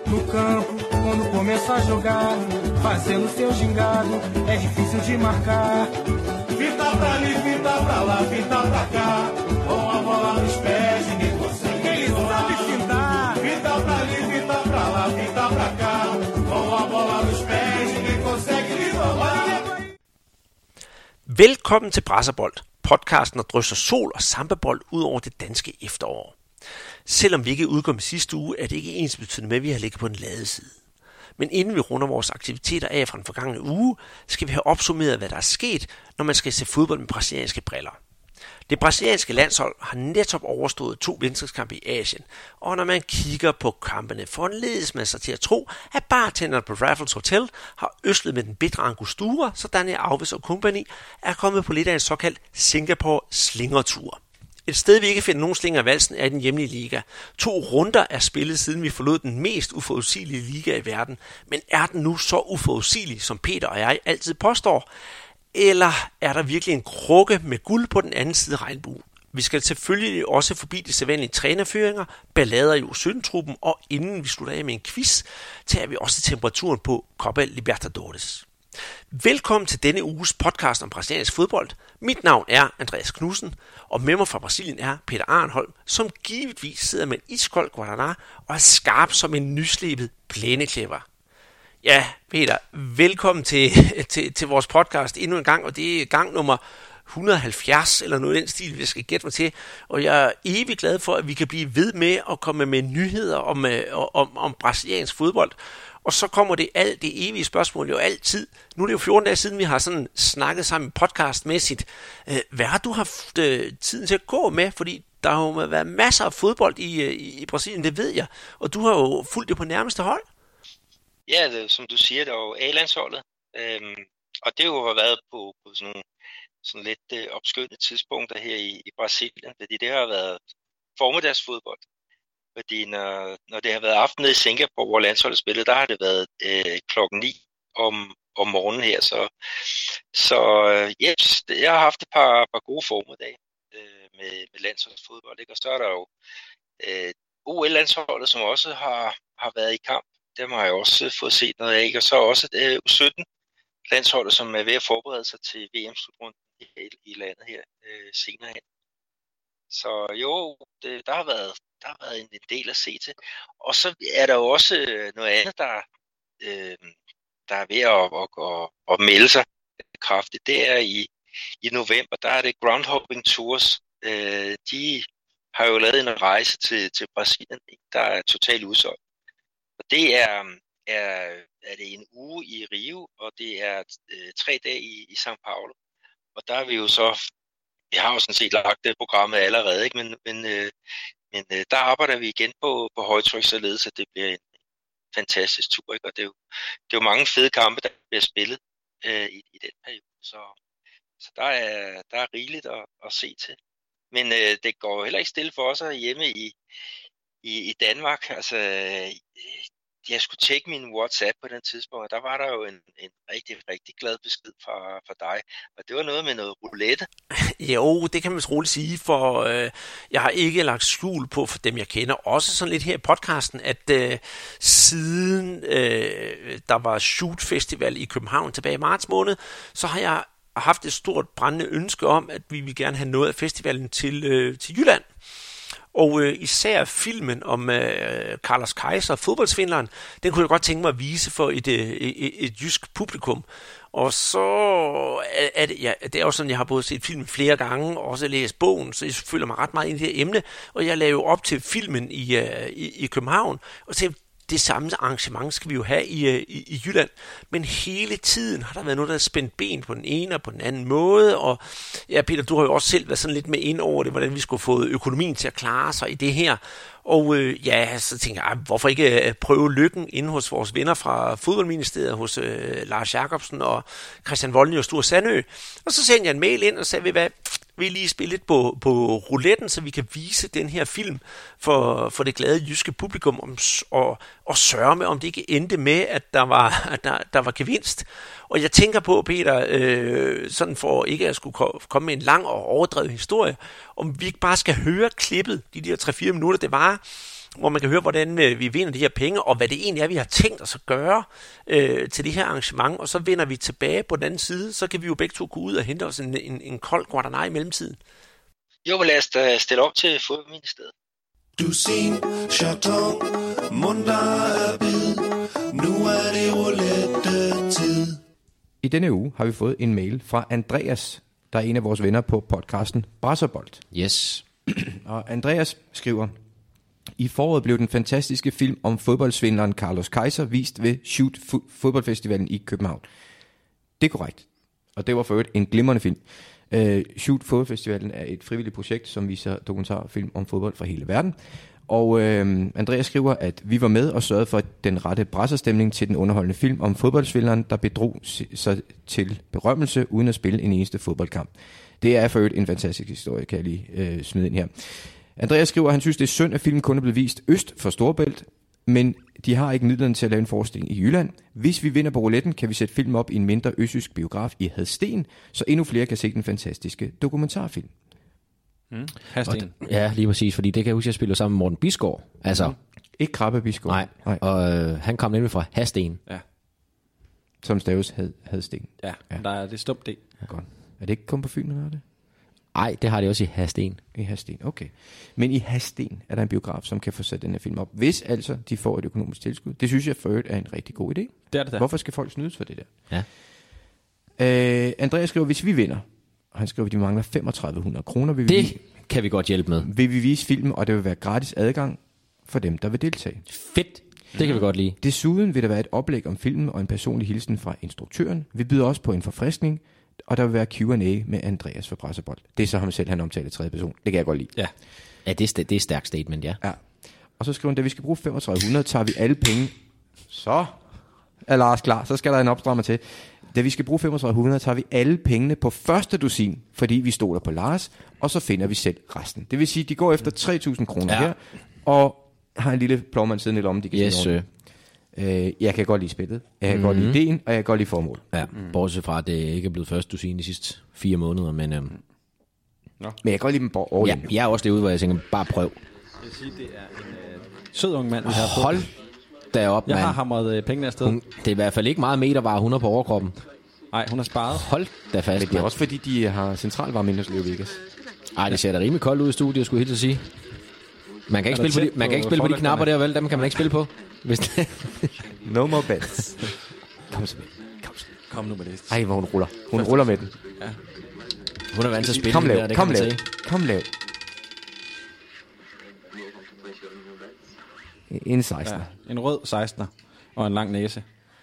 No campo, quando começa a jogar, fazendo seu gingado, é difícil de marcar. Fita pra ali, fita pra lá, fita pra cá, com a bola nos pés, ninguém consegue. Ele sabe fintar. Fita pra ali, fita pra lá, fita pra cá, com a bola nos pés, ninguém consegue lhe roubar. Velkommen til Brasserbold, podcasten, der drysser sol og sambebold ud over det danske efterår. Selvom vi ikke udkom sidste uge, er det ikke ensbetydende med, at vi har ligget på den lade side. Men inden vi runder vores aktiviteter af fra den forgangne uge, skal vi have opsummeret, hvad der er sket, når man skal se fodbold med brasilianske briller. Det brasilianske landshold har netop overstået 2 venskabskampe i Asien, og når man kigger på kampene, foranledes man sig til at tro, at bartenderen på Raffles Hotel har øslet med den bitre angostura, så Daniel Alves og compagni er kommet på lidt af en såkaldt Singapore slingertur. Et sted, vi ikke finder nogen slinger i valsen, er den hjemlige liga. 2 runder er spillet, siden vi forlod den mest uforudsigelige liga i verden. Men er den nu så uforudsigelig, som Peter og jeg altid påstår? Eller er der virkelig en krukke med guld på den anden side af regnbuen? Vi skal selvfølgelig også forbi de sædvanlige trænerføringer, ballader i U17-truppen, og inden vi slutter af med en quiz, tager vi også temperaturen på Copa Libertadores. Velkommen til denne uges podcast om brasiliansk fodbold. Mit navn er Andreas Knudsen, og med mig fra Brasilien er Peter Arnholm, som givetvis sidder med en iskold Guaraná og er skarp som en nyslebet plæneklæver. Ja, Peter, velkommen til vores podcast endnu en gang, og det er gang nummer 170 eller noget i den stil, vi skal gætte mig til. Og jeg er evig glad for, at vi kan blive ved med at komme med nyheder om brasiliansk fodbold. Og så kommer det evige spørgsmål jo altid. Nu er det jo 14 dage siden, vi har sådan snakket sammen podcastmæssigt. Hvad har du haft tiden til at gå med? Fordi der har jo været masser af fodbold i Brasilien, det ved jeg. Og du har jo fulgt det på nærmeste hold. Ja, det, som du siger, der er jo A-landsholdet. Og det jo har været på sådan lidt opskødende tidspunkter her i Brasilien. Fordi det har været formiddagsfodbold. Fordi når det har været aften nede i Singapore, hvor landsholdet spillede, der har det været klokken 9 om morgenen her. Så yes, jeg har haft et par gode formiddage med landsholdsfodbold. Ikke? Og så er der jo OL-landsholdet, som også har været i kamp. Dem har jeg også fået set noget af. Ikke? Og så også U17-landsholdet, som er ved at forberede sig til VM-slutrunden i landet her senere hen. Så jo, der har været en del at se til. Og så er der jo også noget andet, der er ved at melde sig kraftigt. Det er i november, der er det Groundhopping Tours. De har jo lavet en rejse til Brasilien, der er totalt udsolgt. Og det er det en uge i Rio, og det er 3 dage i São Paulo. Og der er vi jo så, vi har jo sådan set lagt det programmet allerede, ikke? Men der arbejder vi igen på højtryk, således at det bliver en fantastisk tur, ikke? Og det er jo mange fede kampe, der bliver spillet i den periode, så der er rigeligt at se til. Men det går heller ikke stille for os hjemme i Danmark. Altså, jeg skulle tjekke min WhatsApp på den tidspunkt, og der var der jo en rigtig, rigtig glad besked fra dig. Og det var noget med noget roulette. Jo, det kan man roligt sige, for jeg har ikke lagt skjul på for dem, jeg kender. Også sådan lidt her i podcasten, at siden der var Shoot Festival i København tilbage i marts måned, så har jeg haft et stort brændende ønske om, at vi vil gerne have noget af festivalen til Jylland. Og især filmen om Carlos Kaiser, fodboldsvindleren, den kunne jeg godt tænke mig at vise for et jysk publikum. Og så er det er jo sådan, jeg har både set filmen flere gange, og også læst bogen, så jeg føler mig ret meget ind i det her emne. Og jeg lavede jo op til filmen i København, og tænkte, det samme arrangement skal vi jo have i Jylland. Men hele tiden har der været noget, der har spændt ben på den ene og på den anden måde. Og ja, Peter, du har jo også selv været sådan lidt med ind over det, hvordan vi skulle få økonomien til at klare sig i det her. Og så tænker jeg, hvorfor ikke prøve lykken inde hos vores venner fra fodboldministeriet, hos Lars Jacobsen og Christian Voldny og Sture Sandø. Og så sendte jeg en mail ind og sagde, hvad vil lige spille lidt på rouletten, så vi kan vise den her film for det glade jyske publikum og sørge med, om det ikke endte med, at der var gevinst. Og jeg tænker på, Peter, sådan for ikke at skulle komme med en lang og overdrevet historie, om vi ikke bare skal høre klippet, de der 3-4 minutter, det var, hvor man kan høre, hvordan vi vinder de her penge, og hvad det egentlig er, vi har tænkt os at gøre til det her arrangement, og så vender vi tilbage på den anden side, så kan vi jo begge to gå ud og hente os en kold guaraná i mellemtiden. Jo, lad os da stille op til fodboldministeriet. Dusin, chaton, munter bid. Nu er det roulette-tid. I denne uge har vi fået en mail fra Andreas, der er en af vores venner på podcasten Brasserbold. Yes. Og Andreas skriver: I foråret blev den fantastiske film om fodboldsvindleren Carlos Kaiser vist ved Shoot Fodboldfestivalen i København. Det er korrekt. Og det var for øvrigt en glimrende film. Shoot Fodboldfestivalen er et frivilligt projekt, som viser dokumentarfilm om fodbold fra hele verden. Og Andreas skriver, at vi var med og sørgede for den rette brasserstemning til den underholdende film om fodboldsvindleren, der bedrog sig til berømmelse uden at spille en eneste fodboldkamp. Det er for øvrigt en fantastisk historie, kan jeg lige smide ind her. Andreas skriver, at han synes, det er synd, at filmen kun er blevet vist øst for Storebælt, men de har ikke midlerne til at lave en forestilling i Jylland. Hvis vi vinder på rouletten, kan vi sætte filmen op i en mindre østjysk biograf i Hadsten, så endnu flere kan se den fantastiske dokumentarfilm. Hadsten. Ja, lige præcis, fordi det kan jeg huske, jeg spiller sammen med Morten Bisgaard. Altså, Ikke Krabbe Bisgaard. Nej. Og han kom nemlig fra Hadsten. Ja. Som staves Hadsten. Ja, der er det stumt det. Ja. Godt. Er det ikke kun på Fyn, eller er det? Nej, det har de også i Hadsten. I Hadsten, okay. Men i Hadsten er der en biograf, som kan få sat den her film op, hvis altså de får et økonomisk tilskud. Det synes jeg for øvrigt er en rigtig god idé. Det er det da. Hvorfor skal folk snydes for det der? Ja. Andreas skriver, hvis vi vinder, og han skriver, at de mangler 3.500 kroner, Det kan vi godt hjælpe med. vil vi vise filmen, og det vil være gratis adgang for dem, der vil deltage. Fedt. Det kan vi godt lide. Desuden vil der være et oplæg om filmen og en personlig hilsen fra instruktøren. Vi byder også på en forfriskning, og der vil være Q&A med Andreas fra Brasserbold. Det er så ham selv, han omtaler i tredje person. Det kan jeg godt lide. Ja, det er et stærkt statement, ja. Ja. Og så skriver han, da vi skal bruge 3.500, tager vi alle penge. Så er Lars klar. Så skal der en opstrammer til. Da vi skal bruge 3.500, tager vi alle pengene på første dusin, fordi vi stoler på Lars, og så finder vi selv resten. Det vil sige, de går efter 3.000 kroner her, og har en lille plovmand siden i lommen, de kan Yes, sir. Jeg kan godt lide spillet, jeg kan godt lide ideen, og jeg kan godt lide formål. Ja, bortset fra, at det ikke er blevet første dusin de sidste 4 måneder, men... Men jeg kan godt lide dem all Ja, in. jeg er også derude, hvor jeg tænker, bare prøv. Jeg vil sige, det er en sød ung mand, vi har på. Hold derop, Jeg mand. har hamret pengene afsted. Det er i hvert fald ikke meget metervare, 100 på overkroppen. Nej, hun har sparet. Hold da fast. Men det er også fordi, de har centralvarme inde hos Leo Vegas. Ej, det ser da rimelig koldt ud i studiet, skulle jeg helt at sige. Man kan ikke Er spille der på de, man tæt kan ikke på spille på de forlygterne? knapper der, vel? Dem kan man ikke spille på. Hvis det... No more bets. Kom så med. Kom nu med det. Ej, hvor hun ruller. Hun ruller med den. Hun er vant til at spille Kom den der, lav, det kom kan man lav. se. Kom lav. En 16'er. Ja, en rød 16'er og en lang næse.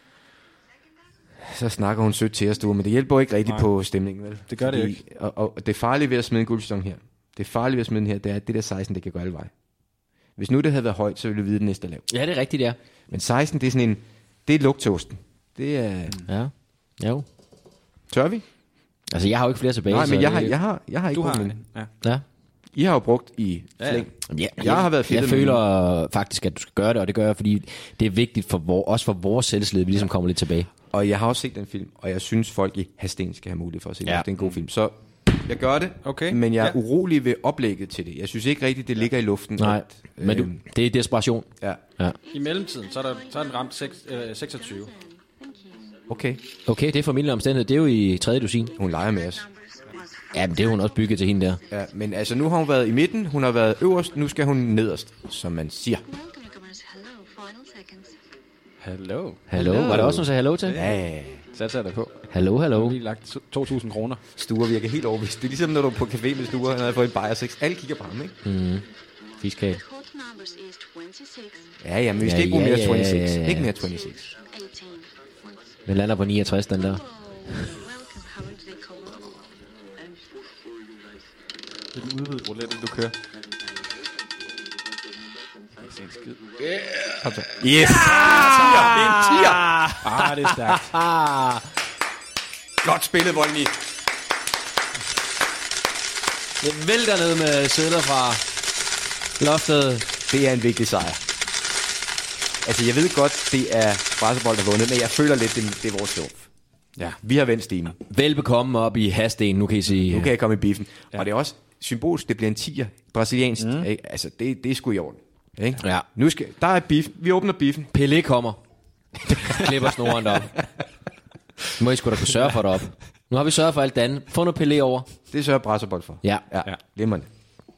Så snakker hun sødt til os, men det hjælper ikke rigtigt på stemningen, vel? Det gør det ikke. Og det farlige ved at smide en guldston her, det er, at det der 16, det kan gå alle veje. Hvis nu det havde været højt, så ville du vide, at det næste er lavt. Ja, det er rigtigt, ja. Men 16, det er sådan en, det er lugtosten. Det er... Ja, jo. Tør vi? Altså, jeg har jo ikke flere tilbage. Nej, men så jeg det- har ikke Du har brugt en. den. Ja. Ja. I har jo brugt i flæng. Ja, Jeg har været jeg fedtet med føler faktisk, at du skal gøre det, og det gør jeg, fordi det er vigtigt for også for vores selvslid, vi ligesom kommer lidt tilbage. Og jeg har også set den film, og jeg synes, folk i Hadsten skal have mulighed for at se den. Ja. Det er en god film. Så jeg gør det, Okay. men jeg er Ja. urolig ved oplægget til det. Jeg synes ikke rigtigt, det ligger i luften. Nej, at, men det er desperation. Ja, Ja. I mellemtiden, så er den ramt 26. okay. Okay, det er familie omstændighed. Det er jo i tredje dusin. Hun leger med os. Ja, men det er hun også bygget til hende der. Ja, men altså, nu har hun været i midten, hun har været øverst, nu skal hun nederst, som man siger. Hello. Hallo, var det også, hun sagde hallo til? Ja, Satser jeg dig på. Hallo, Jeg hallo. har lige lagt 2.000 kroner. Stuer virker helt overbevist. Det er ligesom, når du er på café med Stuer, han har fået en bajer 6. Alle kigger på ham, ikke? Fiskal. Ja, men vi skal Ja, ikke bruge mere ja, 26. ja. Ikke mere 26. Den lander på 69, den der. Det er den udvidede roulette, du kører. Yes! Ah, det er stærkt. Godt spillet, Volny. Det vælter ned med sædler fra loftet. Det er en vigtig sejr. Altså, jeg ved godt, det er Brasserbold, der har vundet, men jeg føler lidt, det er vores triumf. Ja, vi har vendt stimen. Velbekomme op i Hadsten, nu kan I sige. Nu kan jeg komme i biffen. Ja. Og det er også symbolsk, det bliver en 10'er brasiliansk. Altså, det er sgu i orden. Ikke? Ja. Der er beef. Vi åbner beefen. Pelé kommer. Klipper snoren derop. Nu må I sgu da kunne sørge for det op. Nu har vi sørget for alt det andet. Få noget Pelé over. Det sørger Brasserbold for. Ja. Glimrende.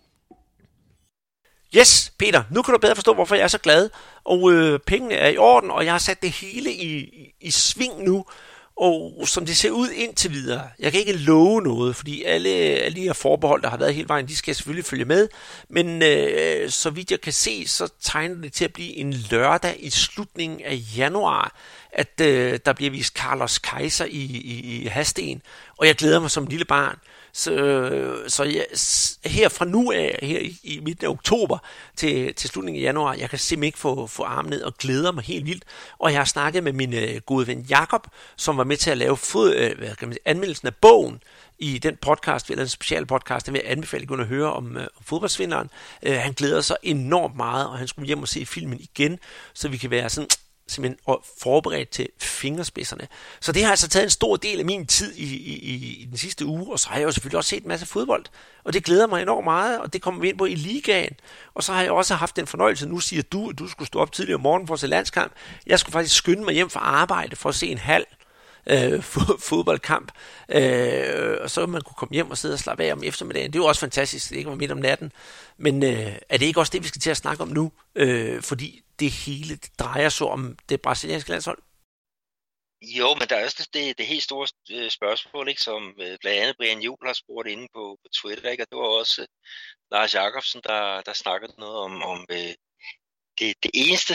Yes, Peter, nu kan du bedre forstå, hvorfor jeg er så glad. Og pengene er i orden, og jeg har sat det hele i sving nu. Og som det ser ud indtil videre, jeg kan ikke love noget, fordi alle de her forbehold, der har været hele vejen, de skal selvfølgelig følge med. Men så vidt jeg kan se, så tegner det til at blive en lørdag i slutningen af januar, at der bliver vist Carlos Kaiser i Hadsten. Og jeg glæder mig som lille barn. Så jeg, her fra nu af, her i midten af oktober til slutningen af januar, jeg kan simpelthen ikke få armen ned og glæder mig helt vildt. Og jeg har snakket med min gode ven Jakob, som var med til at lave anmeldelsen af bogen i den podcast, eller en special podcast, der vil jeg anbefale at gå og høre om fodboldsvinderen. Han glæder sig enormt meget, og han skulle hjem og se filmen igen, så vi kan være sådan simpelthen forberedt til fingerspidserne. Så det har altså taget en stor del af min tid i den sidste uge, og så har jeg jo selvfølgelig også set en masse fodbold, og det glæder mig enormt meget, og det kommer vi ind på i ligaen. Og så har jeg også haft den fornøjelse, nu siger du, at du skulle stå op tidligere om morgenen for at se landskamp. Jeg skulle faktisk skynde mig hjem fra arbejde for at se en halv fodboldkamp, og så man kunne komme hjem og sidde og slappe af om eftermiddagen. Det er jo også fantastisk, det ikke var midt om natten. Men er det ikke også det, vi skal til at snakke om nu? Fordi det hele det drejer sig om det brasilianske landshold. Jo, men der er også det helt store spørgsmål, ikke, som blandt andet Brian Juhl har spurgt inde på Twitter, ikke? Og det var også Lars Jakobsen, der snakkede noget om det eneste,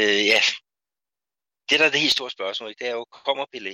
det der er det helt store spørgsmål, ikke? Det er jo, kommer Pelé?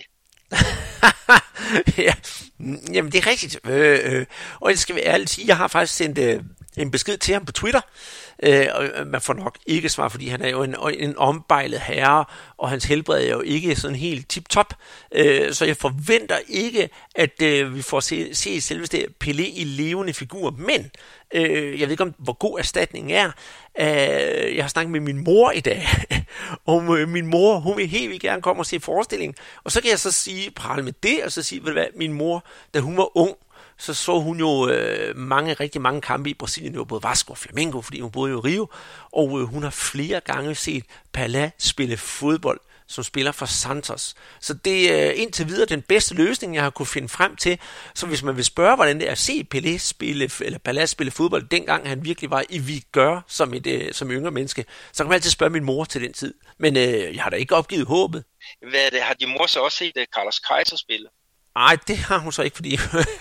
Ja, jamen det er rigtigt. Og det skal vi ærligt sige, jeg har faktisk sendt en besked til ham på Twitter, og man får nok ikke svar, fordi han er jo en ombejlet herre, og hans helbred er jo ikke sådan helt tip-top, så jeg forventer ikke, at vi får se selveste Pelé i levende figur, men jeg ved ikke, hvor god erstatningen er. Jeg har snakket med min mor i dag, og min mor, hun vil helt vildt gerne komme og se forestillingen, og så kan jeg så sige, prale med det, og så sige, ved du hvad, min mor, da hun var ung, så hun jo rigtig mange kampe i Brasilien, jo både Vasco og Flamengo, fordi hun boede jo i Rio, og hun har flere gange set Pelé spille fodbold, som spiller for Santos. Så det er indtil videre den bedste løsning, jeg har kunne finde frem til. Så hvis man vil spørge, hvordan det er at se Pelé spille fodbold, dengang han virkelig var i vigør som yngre menneske, så kan man altid spørge min mor til den tid. Men jeg har da ikke opgivet håbet. Hvad er det? Har din mor så også set Carlos Kaiser spille? Nej, det har hun så ikke, fordi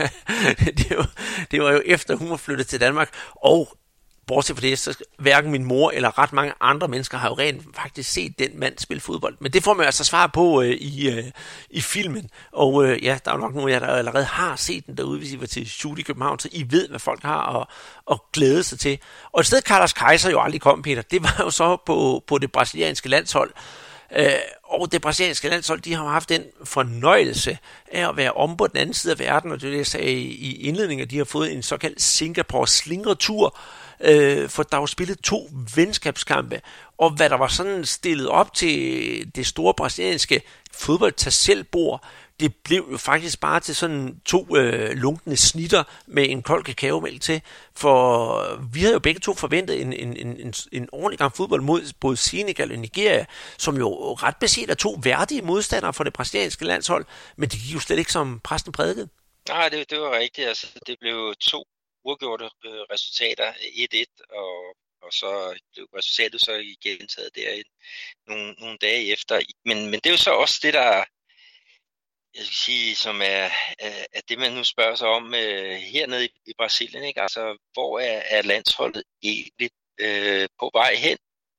det var jo efter, hun var flyttet til Danmark, og bortset fra det, så hverken min mor eller ret mange andre mennesker har jo rent faktisk set den mand spille fodbold. Men det får man altså svar på i filmen. Og ja, der er jo nok nogle af jer, der allerede har set den derude, hvis I var til shoot i København, så I ved, hvad folk har at glæde sig til. Og et sted Carlos Kaiser jo aldrig kom, Peter, det var jo så på det brasilianske landshold. Og det brasilianske landshold, de har haft den fornøjelse af at være om på den anden side af verden, og det er det, jeg sagde i indledningen, at de har fået en såkaldt Singapore-slingretur, for der var spillet 2 venskabskampe, og hvad der var sådan stillet op til det store brasilianske fodboldtagselbord, det blev jo faktisk bare til sådan 2 lunkne snitter med en kold kakaomælk til, for vi havde jo begge to forventet en ordentlig gang fodbold mod både Senegal og Nigeria, som jo ret beset er 2 værdige modstandere for det brasilianske landshold, men det gik jo slet ikke som præsten prædikede. Nej, det var rigtigt. Altså, det blev 2 uafgjorte resultater, 1-1, og så blev resultatet så gentaget der nogle dage efter. Men det er jo så også det, der jeg skal sige, som er det, man nu spørger sig om hernede i Brasilien, ikke? Altså, hvor er landsholdet egentlig på vej hen?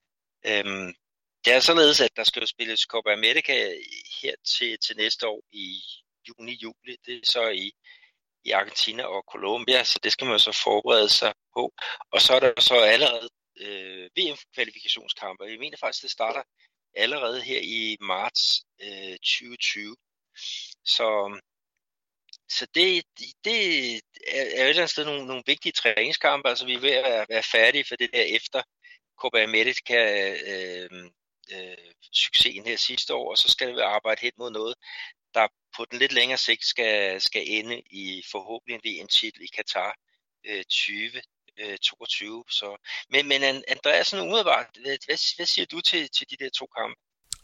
Det er således, at der skal jo spilles Copa America her til næste år i juni-juli. Det er så i Argentina og Colombia, så det skal man jo så forberede sig på. Og så er der så allerede VM-kvalifikationskampe. Jeg mener faktisk, det starter allerede her i marts 2020. Så det er jo et eller andet sted nogle vigtige træningskampe. Altså vi er ved at være færdige for det der efter Copa America succesen her sidste år, og så skal vi arbejde hen mod noget, der på den lidt længere sigt skal ende i forhåbentlig en VM-titel i Qatar 22. Så. Men Andreas, sådan umiddelbart, hvad siger du til de der 2 kampe?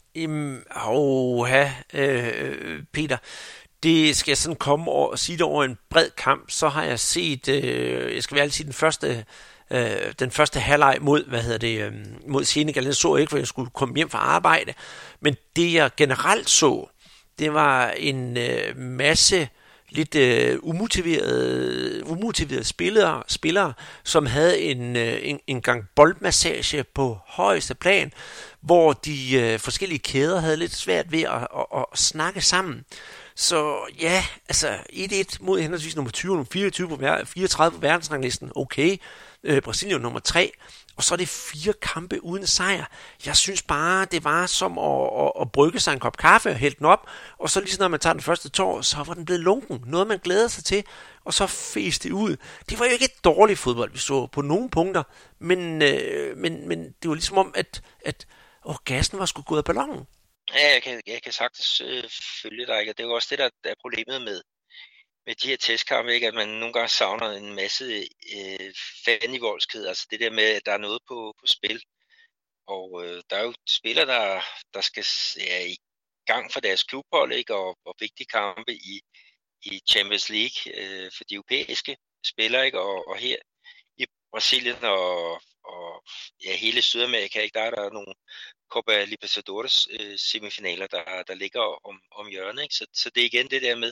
Peter, det skal sådan komme og sige det over en bred kamp. Så har jeg set, jeg skal vel sige den første halvleg mod Senegal. Den så jeg ikke, for jeg skulle komme hjem fra arbejde. Men det jeg generelt så, det var en masse lidt umotiverede spillere, som havde en gang boldmassage på højeste plan, hvor de forskellige kæder havde lidt svært ved at snakke sammen. Så ja, altså 1-1 mod henholdsvis nummer 20 og nummer 34 på verdensranglisten. Okay, Brasilien nummer 3. Og så er det 4 kampe uden sejr. Jeg synes bare, det var som at brygge sig en kop kaffe og hælde den op. Og så lige når man tager den første tår, så var den blevet lunken. Noget man glæder sig til. Og så fæs det ud. Det var jo ikke et dårligt fodbold, vi så på nogle punkter. Men det var ligesom om, at gassen var sgu gået af ballonen. Ja, jeg kan sagtens følge dig, og det er jo også det, der er problemet med de her testkampe, ikke? At man nogle gange savner en masse fanivoldskhed, altså det der med, at der er noget på spil. Og der er jo spillere, der skal i gang for deres klubhold, ikke? Og vigtige kampe i Champions League for de europæiske spillere, ikke? Og her i Brasilien og hele Sydamerika, ikke? Der er der nogle Copa Libertadores semifinaler, der ligger om hjørnet, ikke? Så det er igen det der med,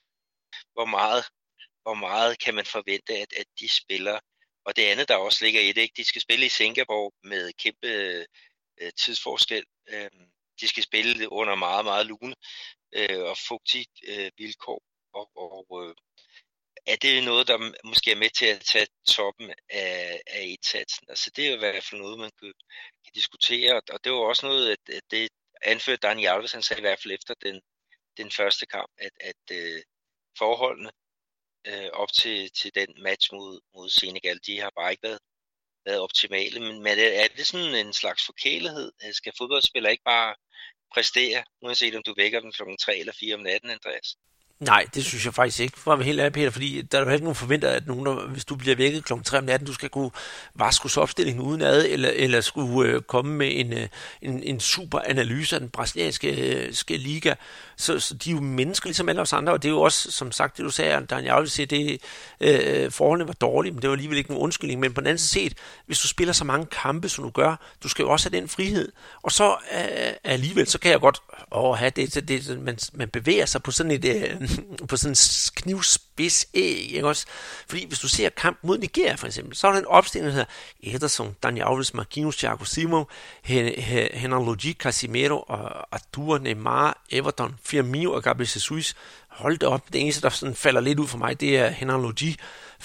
hvor meget kan man forvente, at de spiller. Og det andet, der også ligger i det, ikke? De skal spille i Singapore med kæmpe tidsforskel. De skal spille under meget, meget lune og fugtige vilkår. Og er det noget, der måske er med til at tage toppen af indsatsen? Altså det er jo i hvert fald noget, man kan diskutere. Og det var også noget, at det anførte Dani Alves, han sagde i hvert fald efter den første kamp, at forholdene op til den match mod Senegal, de har bare ikke været optimale. Men er det sådan en slags forkælethed? Skal fodboldspillere ikke bare præstere, uanset om du vækker dem klokken 3 eller 4 om natten, Andreas? Nej, det synes jeg faktisk ikke, for at være helt ærlig, Peter, fordi der er jo ikke nogen forventer, at hvis du bliver vækket klokken 3 om natten, du skal kunne vaskes opstillingen udenad, eller skulle komme med en super analyse af den brasilianske liga. Så de er jo mennesker ligesom alle os andre, og det er jo også, som sagt, det du sagde, Daniel Alves siger, forholdene var dårlige, men det var alligevel ikke nogen undskyldning. Men på den anden side set, hvis du spiller så mange kampe, som du gør, du skal jo også have den frihed. Og så alligevel, så kan jeg godt man bevæger sig på sådan et på sådan en knivspids æg, ikke også? Fordi hvis du ser kamp mod Nigeria for eksempel, så er der en opstilling, der hedder Ederson, Dani Alves, Marquinhos, Thiago Silva, Renan Lodi, Casemiro, Arthur, Neymar, Everton, Firmino og Gabriel Jesus. Hold da op, det eneste, der sådan falder lidt ud for mig, det er Renan Lodi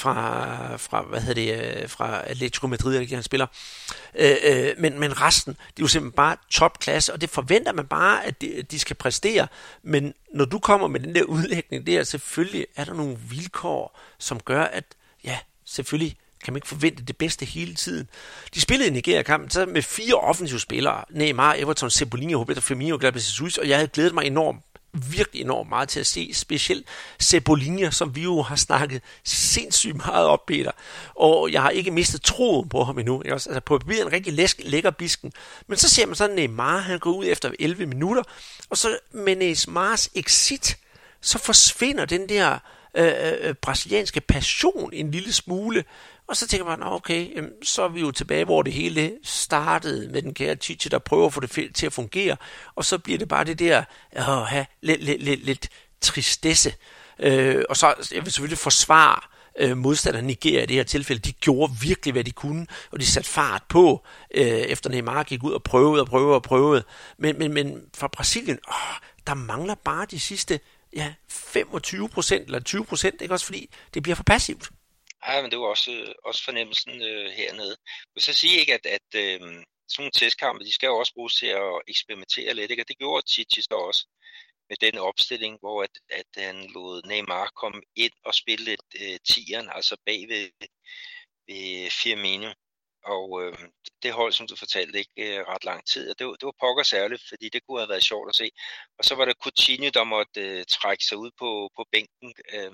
fra Atletico Madrid, han spiller. Men resten, det er jo simpelthen bare topklasse, og det forventer man bare, at de skal præstere. Men når du kommer med den der udlægning der, selvfølgelig er der nogle vilkår, som gør, at ja, selvfølgelig kan man ikke forvente det bedste hele tiden. De spillede i Nigeria-kampen så med 4 offensive spillere, Neymar, Everton, Cebolinha, Roberto Firmino og Gabriel Jesus, og jeg havde glædet mig virkelig enormt meget til at se, specielt Cebolinha, som vi jo har snakket sindssygt meget op, Peter. Og jeg har ikke mistet troen på ham endnu. Altså på papiret en rigtig lækker bisken. Men så ser man sådan Neymar, han går ud efter 11 minutter, og så med Neymars exit, så forsvinder den der brasilianske passion en lille smule. Og så tænker man, okay, så er vi jo tilbage, hvor det hele startede med den kære Tite, der prøver at få det til at fungere. Og så bliver det bare det der, lidt tristesse. Og så jeg vil selvfølgelig forsvare modstanderne Nigeria i det her tilfælde. De gjorde virkelig, hvad de kunne, og de satte fart på, efter Neymar gik ud og prøvede. Men fra Brasilien, der mangler bare de sidste 25% eller 20%, ikke også, fordi det bliver for passivt. Ja, men det var også fornemmelsen hernede. Jeg vil så sige ikke, at sådan nogle testkampe, de skal jo også bruges til at eksperimentere lidt, ikke? Og det gjorde Tite så også med den opstilling, hvor at han lod Neymar komme ind og spille lidt tieren, altså bag ved Firmino. Og det hold, som du fortalte, ikke ret lang tid, og det var pokker særligt, fordi det kunne have været sjovt at se. Og så var der Coutinho, der måtte trække sig ud på bænken,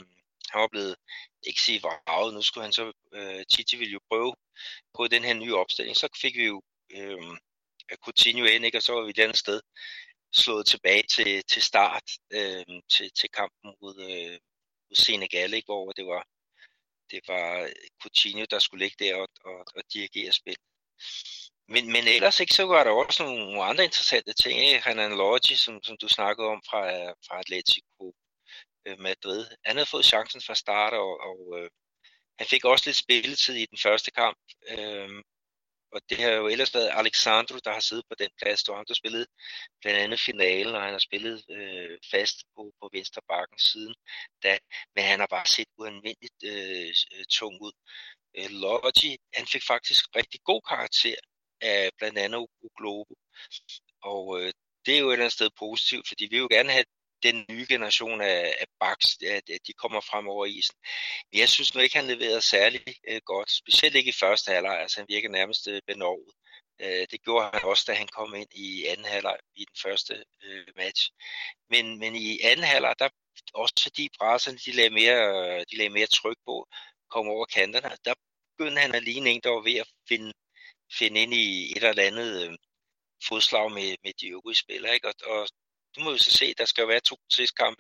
Han var blevet, ikke sige vraget, nu skulle han så, Tite ville jo prøve på den her nye opstilling. Så fik vi jo Coutinho ind, ikke? Og så var vi et andet sted slået tilbage til start, til kampen mod Senegal, ikke? Hvor det var Coutinho, der skulle ligge der og dirigere spil. Men ellers ikke, så var der også nogle andre interessante ting, ikke? Renan Lodge, som du snakkede om fra Atletico Madrid. Han havde fået chancen fra start, og han fik også lidt spilletid i den første kamp. Og det har jo ellers været Alexandro, der har siddet på den plads. Du har spillet blandt andet finalen, og han har spillet fast på venstre bakken siden da. Men han har bare set uanvendeligt tung ud. Lodge, han fik faktisk rigtig god karakter af blandt andet Globo. Og det er jo et eller andet sted positivt, fordi vi vil jo gerne have den nye generation af backs, at de kommer frem over isen. Men jeg synes nu ikke, han leverede særlig godt, specielt ikke i første halvleg, altså han virker nærmest benovet. Det gjorde han også, da han kom ind i anden halvleg i den første match. Men i anden halvleg, der også fordi brasserne, de lagde mere tryk på, kom over kanterne, der begyndte han at ligne en, der var ved at finde ind i et eller andet fodslag med de øvrige spillere, ikke? Og du må jo så se, der skal jo være 2 testkampe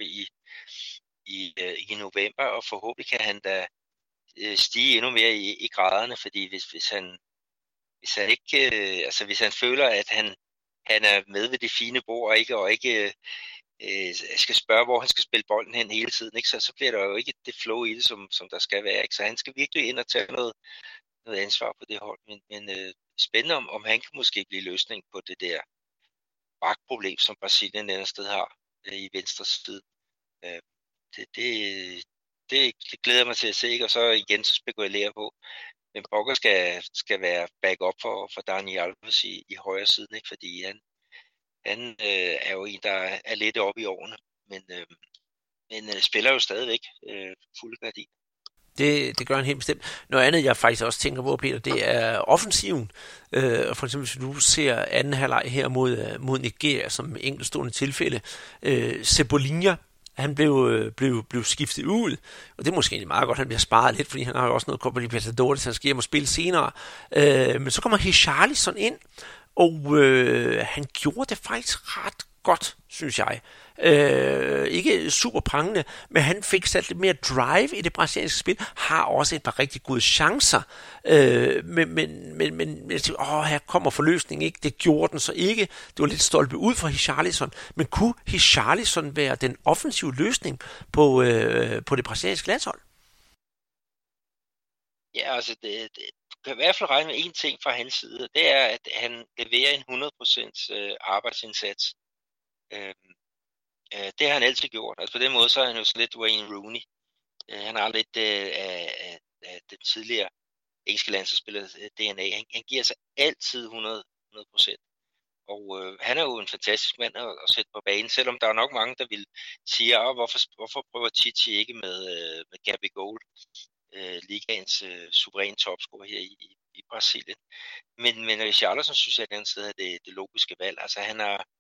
i november, og forhåbentlig kan han da stige endnu mere i graderne, fordi hvis han ikke, altså hvis han føler, at han er med ved det fine bord, og ikke skal spørge, hvor han skal spille bolden hen hele tiden, ikke? Så bliver der jo ikke det flow i det, som der skal være, ikke? Så han skal virkelig ind og tage noget ansvar på det hold, men spændende om han kan måske blive løsning på det der bakproblem, som Brasilien et sted har i venstre side. Det glæder mig til at se, og så igen så spekulere på, men Boca skal være backup for Dani Alves i højre siden, ikke? Fordi han er jo en, der er lidt oppe i årene, men spiller jo stadigvæk fuld gardin. Det gør han helt bestemt. Noget andet, jeg faktisk også tænker på, Peter, det er offensiven. For eksempel, hvis du ser anden halvleg her mod Nigeria, som enkeltstående tilfælde. Cebolinha, han blev skiftet ud, og det er måske egentlig meget godt, han bliver sparet lidt, fordi han har jo også noget Copa Libertadores, så han skal hjem og spille senere. Men så kommer Richarlison ind, og han gjorde det faktisk ret godt, synes jeg. Ikke super prangende, men han fik sat lidt mere drive i det brasilianske spil, har også et par rigtig gode chancer, men jeg tænker, her kommer forløsningen ikke, det gjorde den så ikke, det var lidt stolpe ud fra Richarlison, men kunne Richarlison være den offensive løsning på det brasilianske landshold? Ja, altså du kan i hvert fald regne med en ting fra hans side, det er, at han leverer en 100% arbejdsindsats. Det har han altid gjort. Altså på den måde, så er han jo så lidt Wayne Rooney. Han har lidt af den tidligere engelske landsholdsspiller DNA. Han giver sig altid 100%. Og han er jo en fantastisk mand at sætte på banen, selvom der er nok mange, der vil sige, hvorfor prøver Tite ikke med Gabigol, ligaens suveræne topscorer her i Brasilien. Men Richarlison synes jeg, at den sted er det logiske valg. Altså han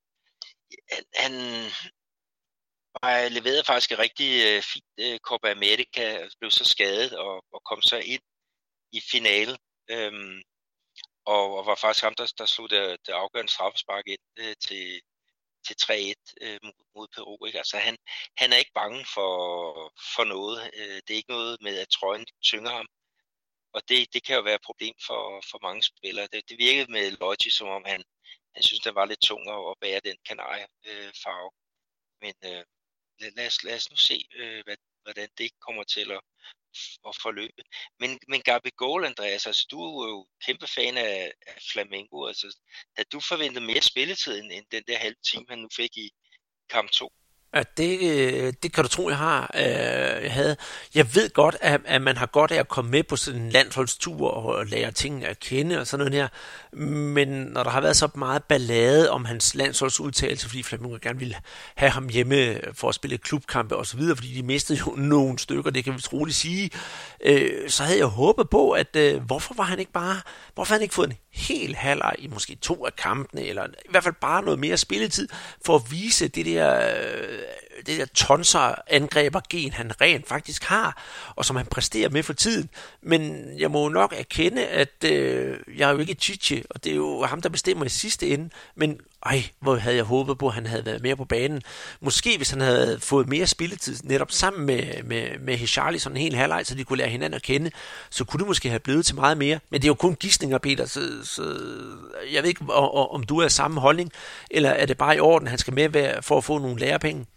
har leveret faktisk et rigtig fint Copa America, blev så skadet og kom så ind i finalen, og var faktisk ham, der slog det afgørende straffespark ind til 3-1 mod Peru. Ikke? Altså han er ikke bange for noget. Det er ikke noget med, at trøjen tynger ham. Og det kan jo være et problem for mange spillere. Det virkede med Lodge, som om han synes, det var lidt tungere at bære den kanariefarve. Men lad os nu se, hvordan det kommer til at forløbe. Men Gabigol, Andreas, altså du er jo kæmpe fan af Flamengo. Altså, havde du forventet mere spilletid end den der halve time, han nu fik i kamp 2? Ja, det kan du tro, jeg har. Jeg havde. Jeg ved godt, at man har godt af at komme med på sådan en landsholdstur og lære tingene at kende og sådan noget her. Men når der har været så meget ballade om hans landsholdsudtalelse, fordi Flamengo gerne ville have ham hjemme for at spille klubkampe og så videre, fordi de mistede jo nogle stykker, det kan vi troligt sige, så havde jeg håbet på, at hvorfor har han ikke fået en hel halvleg i måske 2 af kampene, eller i hvert fald bare noget mere spilletid, for at vise det der det der tonser-angreber-gen, han rent faktisk har, og som han præsterer med for tiden. Men jeg må nok erkende, at jeg er jo ikke Chiche, og det er jo ham, der bestemmer i sidste ende. Men hvor havde jeg håbet på, at han havde været mere på banen. Måske hvis han havde fået mere spilletid, netop sammen med Hicharlison en hel halvleg, så de kunne lære hinanden at kende, så kunne det måske have blevet til meget mere. Men det er jo kun gisninger, Peter, så jeg ved ikke, om du er af samme holdning, eller er det bare i orden, han skal med for at få nogle lærepenge?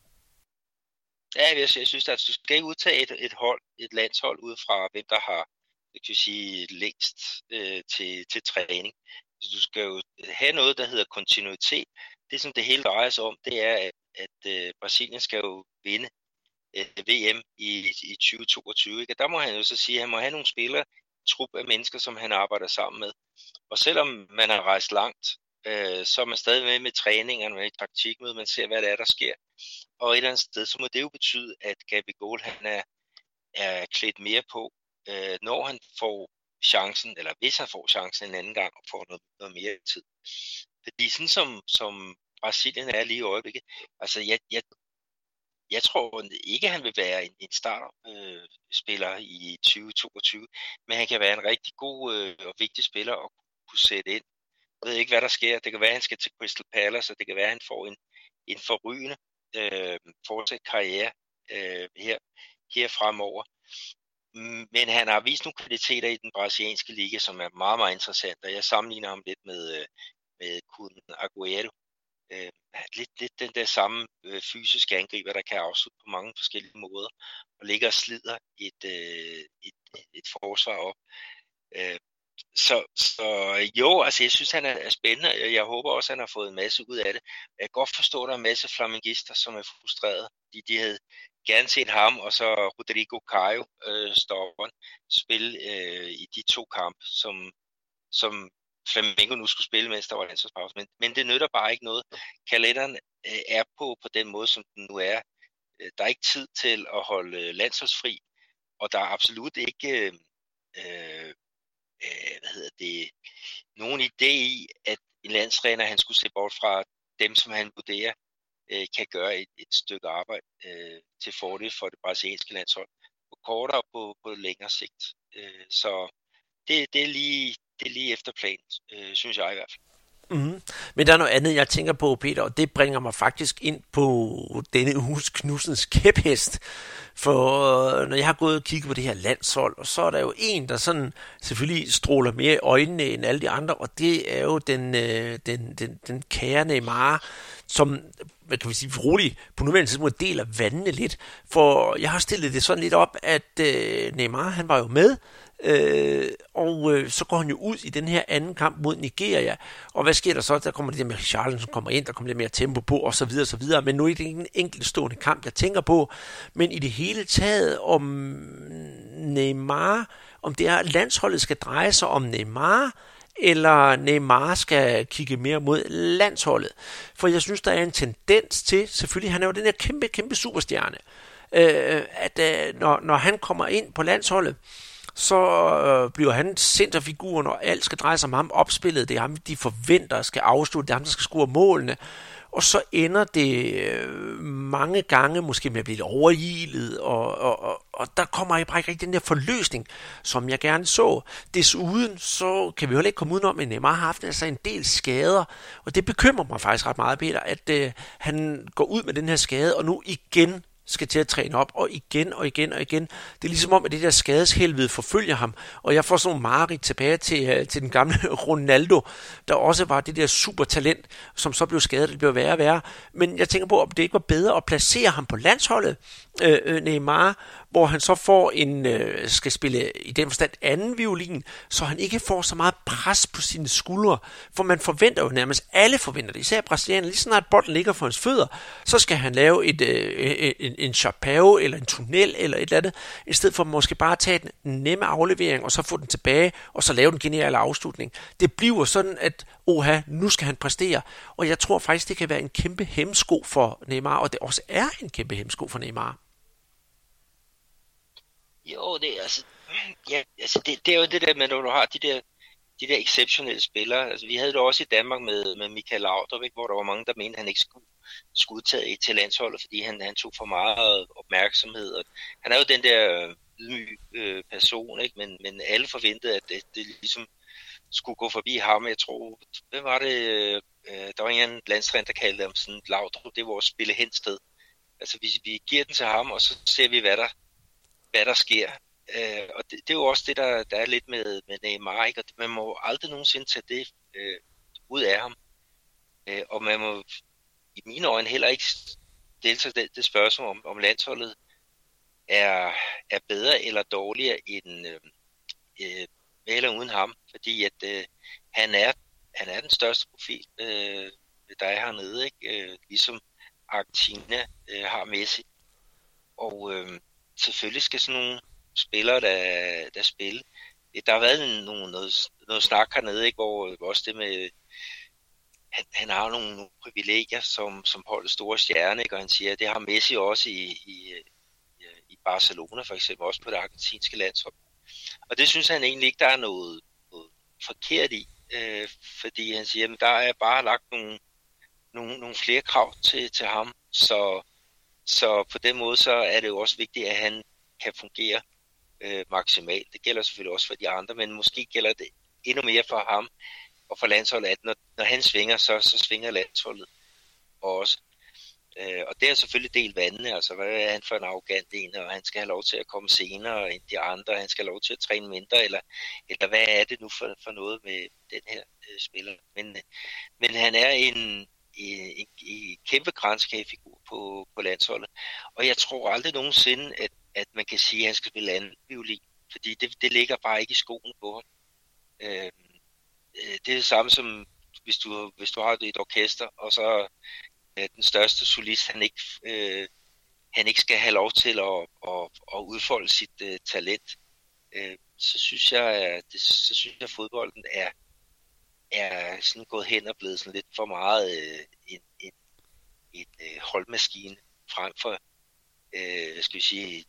Ja, jeg synes, at du skal ikke udtage et landshold ud fra, hvem der har, jeg kan sige, længst til træning. Så du skal jo have noget, der hedder kontinuitet. Det, som det hele drejer sig om, det er, at Brasilien skal jo vinde VM i 2022. Ikke? Og der må han jo så sige, at han må have nogle spillere, en trup af mennesker, som han arbejder sammen med. Og selvom man har rejst langt, så er man stadig med træningerne, med taktikmøde, man ser, hvad det er, der sker. Og et eller andet sted, så må det jo betyde, at Gabigol, han er klædt mere på, når han får chancen, eller hvis han får chancen en anden gang, og får noget mere tid. Fordi sådan som Brasilien er lige i øjeblikket, altså jeg tror ikke, han vil være en starterspiller i 2022, men han kan være en rigtig god og vigtig spiller at kunne sætte ind. Jeg ved ikke, hvad der sker. Det kan være, at han skal til Crystal Palace, og det kan være, at han får en forrygende fortsat karriere her fremover. Men han har vist nogle kvaliteter i den brasilianske liga, som er meget, meget interessant, og jeg sammenligner ham lidt med Kun Agüero. Lidt den der samme fysiske angriber, der kan afslutte på mange forskellige måder, og ligger og slider et forsvar op. Så jo, altså jeg synes, han er spændende. Jeg håber også, han har fået en masse ud af det. Jeg kan godt forstå, at der er en masse flamengister, som er frustrerede. De havde gerne set ham, og så Rodrigo Caio, stopperen, spille i de 2 kampe, som Flamengo nu skulle spille, mens der var landsholdspause. Men det nytter bare ikke noget. Kalenderen er på den måde, som den nu er. Der er ikke tid til at holde landsholdsfri, og der er absolut ikke nogen idé i, at en landstræner, han skulle se bort fra dem, som han vurderer, kan gøre et stykke arbejde til fordel for det brasilianske landshold på kortere og på længere sigt. Så det er lige efter planen, synes jeg i hvert fald. Mm-hmm. Men der er noget andet, jeg tænker på, Peter, og det bringer mig faktisk ind på denne uges Knudsens kæphest. For når jeg har gået og kigget på det her landshold, og så er der jo en, der sådan selvfølgelig stråler mere i øjnene end alle de andre, og det er jo den kære Neymar, som, hvad kan vi sige, roligt på nuværende tidspunkt deler vandene lidt. For jeg har stillet det sådan lidt op, at Neymar, han var jo med, og så går han jo ud i den her anden kamp mod Nigeria, og hvad sker der så? Der kommer det der med Charles, som kommer ind, der kommer lidt mere tempo på, og så videre, men nu er det ikke en enkeltstående kamp, jeg tænker på, men i det hele taget om Neymar, om det er landsholdet skal dreje sig om Neymar, eller Neymar skal kigge mere mod landsholdet. For jeg synes, der er en tendens til, selvfølgelig, han er jo den her kæmpe superstjerne, at når han kommer ind på landsholdet, så bliver han centerfiguren, og alt skal dreje sig om ham. Opspillet, det er ham, de forventer skal afslutte, det er ham, der skal score målene. Og så ender det mange gange måske med at blive overilet, og der kommer bare ikke rigtig den der forløsning, som jeg gerne så. Desuden så kan vi jo ikke komme udenom, at Neymar har haft altså en del skader, og det bekymrer mig faktisk ret meget, Peter, at han går ud med den her skade, og nu igen skal til at træne op, og igen. Det er ligesom om, at det der skadeshelvede forfølger ham, og jeg får sådan nogle mareridt tilbage til den gamle Ronaldo, der også var det der supertalent, som så blev skadet, det blev værre og værre. Men jeg tænker på, om det ikke var bedre at placere ham på landsholdet, Neymar, hvor han så får skal spille i den forstand anden violin, så han ikke får så meget pres på sine skuldre, for man forventer jo nærmest, alle forventer det, især brasilianerne, lige snart bolden ligger for hans fødder, så skal han lave en chapao eller en tunnel eller et eller andet, i stedet for måske bare at tage den nemme aflevering, og så få den tilbage, og så lave den geniale afslutning. Det bliver sådan, at nu skal han præstere, og jeg tror faktisk, det kan være en kæmpe hemsko for Neymar, og det også er en kæmpe hemsko for Neymar. Jo, det er jo det der med, når du har de der de der exceptionelle spillere, altså vi havde det også i Danmark med Michael Laudrup, ikke, hvor der var mange, der mente, at han ikke skulle udtage til landsholdet, fordi han tog for meget opmærksomhed. Og han er jo den der ydmyg person, ikke? Men alle forventede, at det ligesom skulle gå forbi ham. Jeg tror, hvem var det? Der var en landstræner, der kaldte ham sådan, Laudrup, det er vores spille hen sted. Altså vi giver den til ham, og så ser vi, hvad der sker. Og det er jo også det, der er lidt med Neymar, ikke? Og man må aldrig nogensinde tage det ud af ham. Og man må i mine øjne heller ikke stille sig det spørgsmål, om landsholdet er bedre eller dårligere end med eller uden ham. Fordi at han er den største profil, der er hernede, ikke? Ligesom Argentina har Messi. Og selvfølgelig skal sådan nogle spillere, der spille. Der har været noget snak hernede, ikke? Hvor også det med, han har nogle privilegier som holder store stjerne, ikke? Og han siger, at det har Messi også i Barcelona, for eksempel også på det argentinske landshold. Og det synes han egentlig ikke, der er noget forkert i, fordi han siger, at der er bare lagt nogle flere krav til ham, så på den måde så er det jo også vigtigt, at han kan fungere maksimalt. Det gælder selvfølgelig også for de andre, men måske gælder det endnu mere for ham og for landsholdet, at når han svinger, så svinger landsholdet også. Og det er selvfølgelig delt vandene, altså hvad er han for en arrogant en, og han skal have lov til at komme senere end de andre, han skal have lov til at træne mindre, eller hvad er det nu for noget med den her spiller. Men han er en kæmpe granskagefigur på landsholdet, og jeg tror aldrig nogensinde, at man kan sige, at han skal spille anden violin, fordi det ligger bare ikke i skoene på ham. Det er det samme som, hvis du har et orkester, og så den største solist, han ikke skal have lov til at udfolde sit talent, så synes jeg, at fodbolden er sådan gået hen og blevet sådan lidt for meget en holdmaskine frem for skal vi sige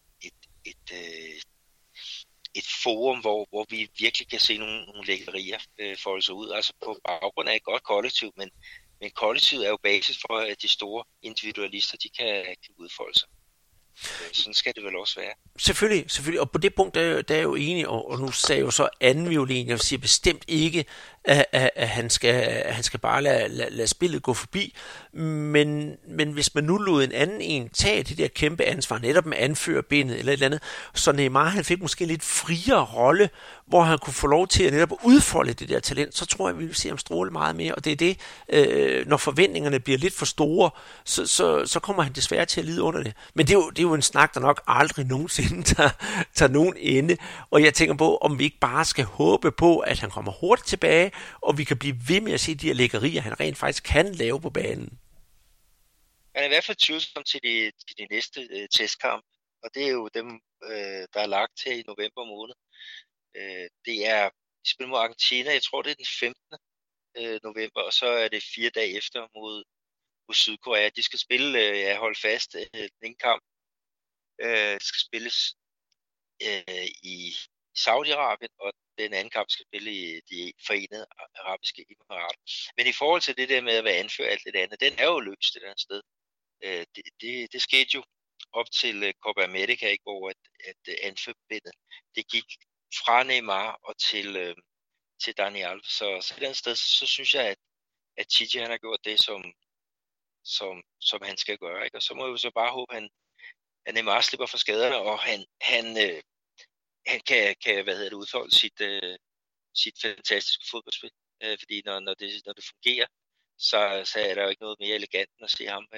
et forum, hvor vi virkelig kan se nogle lækkerier folde sig ud, altså på baggrund af et godt kollektiv, men kollektivet er jo basis for, at de store individualister, de kan udfolde sig. Sådan skal det vel også være. Selvfølgelig. Og på det punkt, der er jeg jo enig, og nu sagde jeg jo så anden violin. Jeg siger bestemt ikke, at han skal bare lade spillet gå forbi. Men hvis man nu lod en anden en tage det der kæmpe ansvar, netop med anførerbindet eller et eller andet, så Neymar han fik måske en lidt friere rolle, hvor han kunne få lov til at netop udfolde det der talent, så tror jeg, vi vil se ham stråle meget mere. Og det er det, når forventningerne bliver lidt for store, så kommer han desværre til at lide under det. Men det er jo en snak, der nok aldrig nogensinde tager nogen ende. Og jeg tænker på, om vi ikke bare skal håbe på, at han kommer hurtigt tilbage, og vi kan blive ved med at se de her lækkerier, han rent faktisk kan lave på banen. Han er i hvert fald tvivlsom til de næste testkamp, og det er jo dem, der er lagt her i november måned. Det er spil mod Argentina, jeg tror det er den 15. november, og så er det 4 dage efter mod Sydkorea. De skal spille, hold fast, den kamp skal spilles i Saudi-Arabien, og den anden kamp skal spille i de forenede arabiske emirater. Men i forhold til det der med at være anfører alt det andet, den er jo løst et andet sted. Det skete jo op til Copa America, ikke, hvor at anførerbindet, det gik fra Neymar og til Dani Alves. Så et andet sted, så synes jeg, at Tite han har gjort det, som han skal gøre, ikke? Og så må jeg jo så bare håbe, at Neymar slipper for skaderne, og han kan udfolde sit fantastiske fodboldspil. Fordi når det fungerer, så er der jo ikke noget mere elegant end at se ham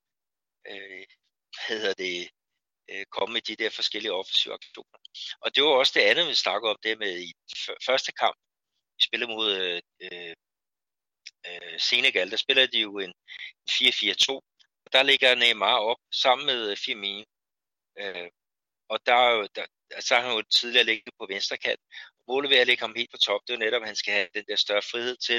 komme med de der forskellige offensive aktioner. Og det var også det andet, vi snakkede om, det med i første kamp. Vi spillede mod Senegal, der spiller de jo en 4-4-2, og der ligger Neymar op sammen med Firmino. Og så har han jo tidligere ligget på venstre kant. Målet ved at lægge ham helt på top, det er jo netop, at han skal have den der større frihed til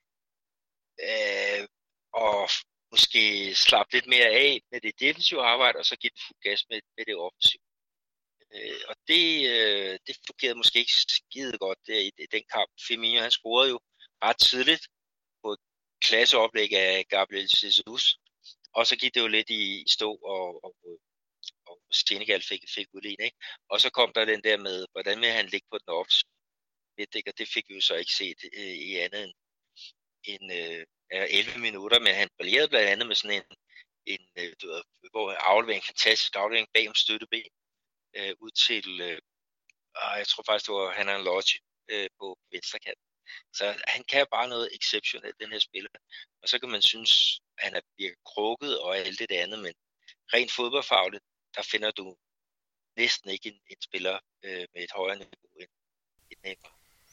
og måske slappe lidt mere af med det defensive arbejde, og så give det fuld gas med det offensive. Og det fungerede måske ikke skide godt der i den kamp. Firmino, han scorede jo ret tidligt på et klasseoplæg af Gabriel Jesus. Og så gik det jo lidt i stå, og Senegal fik udlignet, ikke? Og så kom der den der med, hvordan vil han ligge på den offs midt, og det fik vi jo så ikke set i andet end 11 minutter, men han brillerede blandt andet med sådan hvor aflevering, fantastisk aflevering bag om støtteben ud til, jeg tror faktisk det var Hanan Lodge på venstrekant. Så han kan bare noget exceptionelt, den her spiller. Og så kan man synes, at han er virkelig krukket og alt det andet, men rent fodboldfagligt, der finder du næsten ikke en spiller med et højere niveau end Neymar.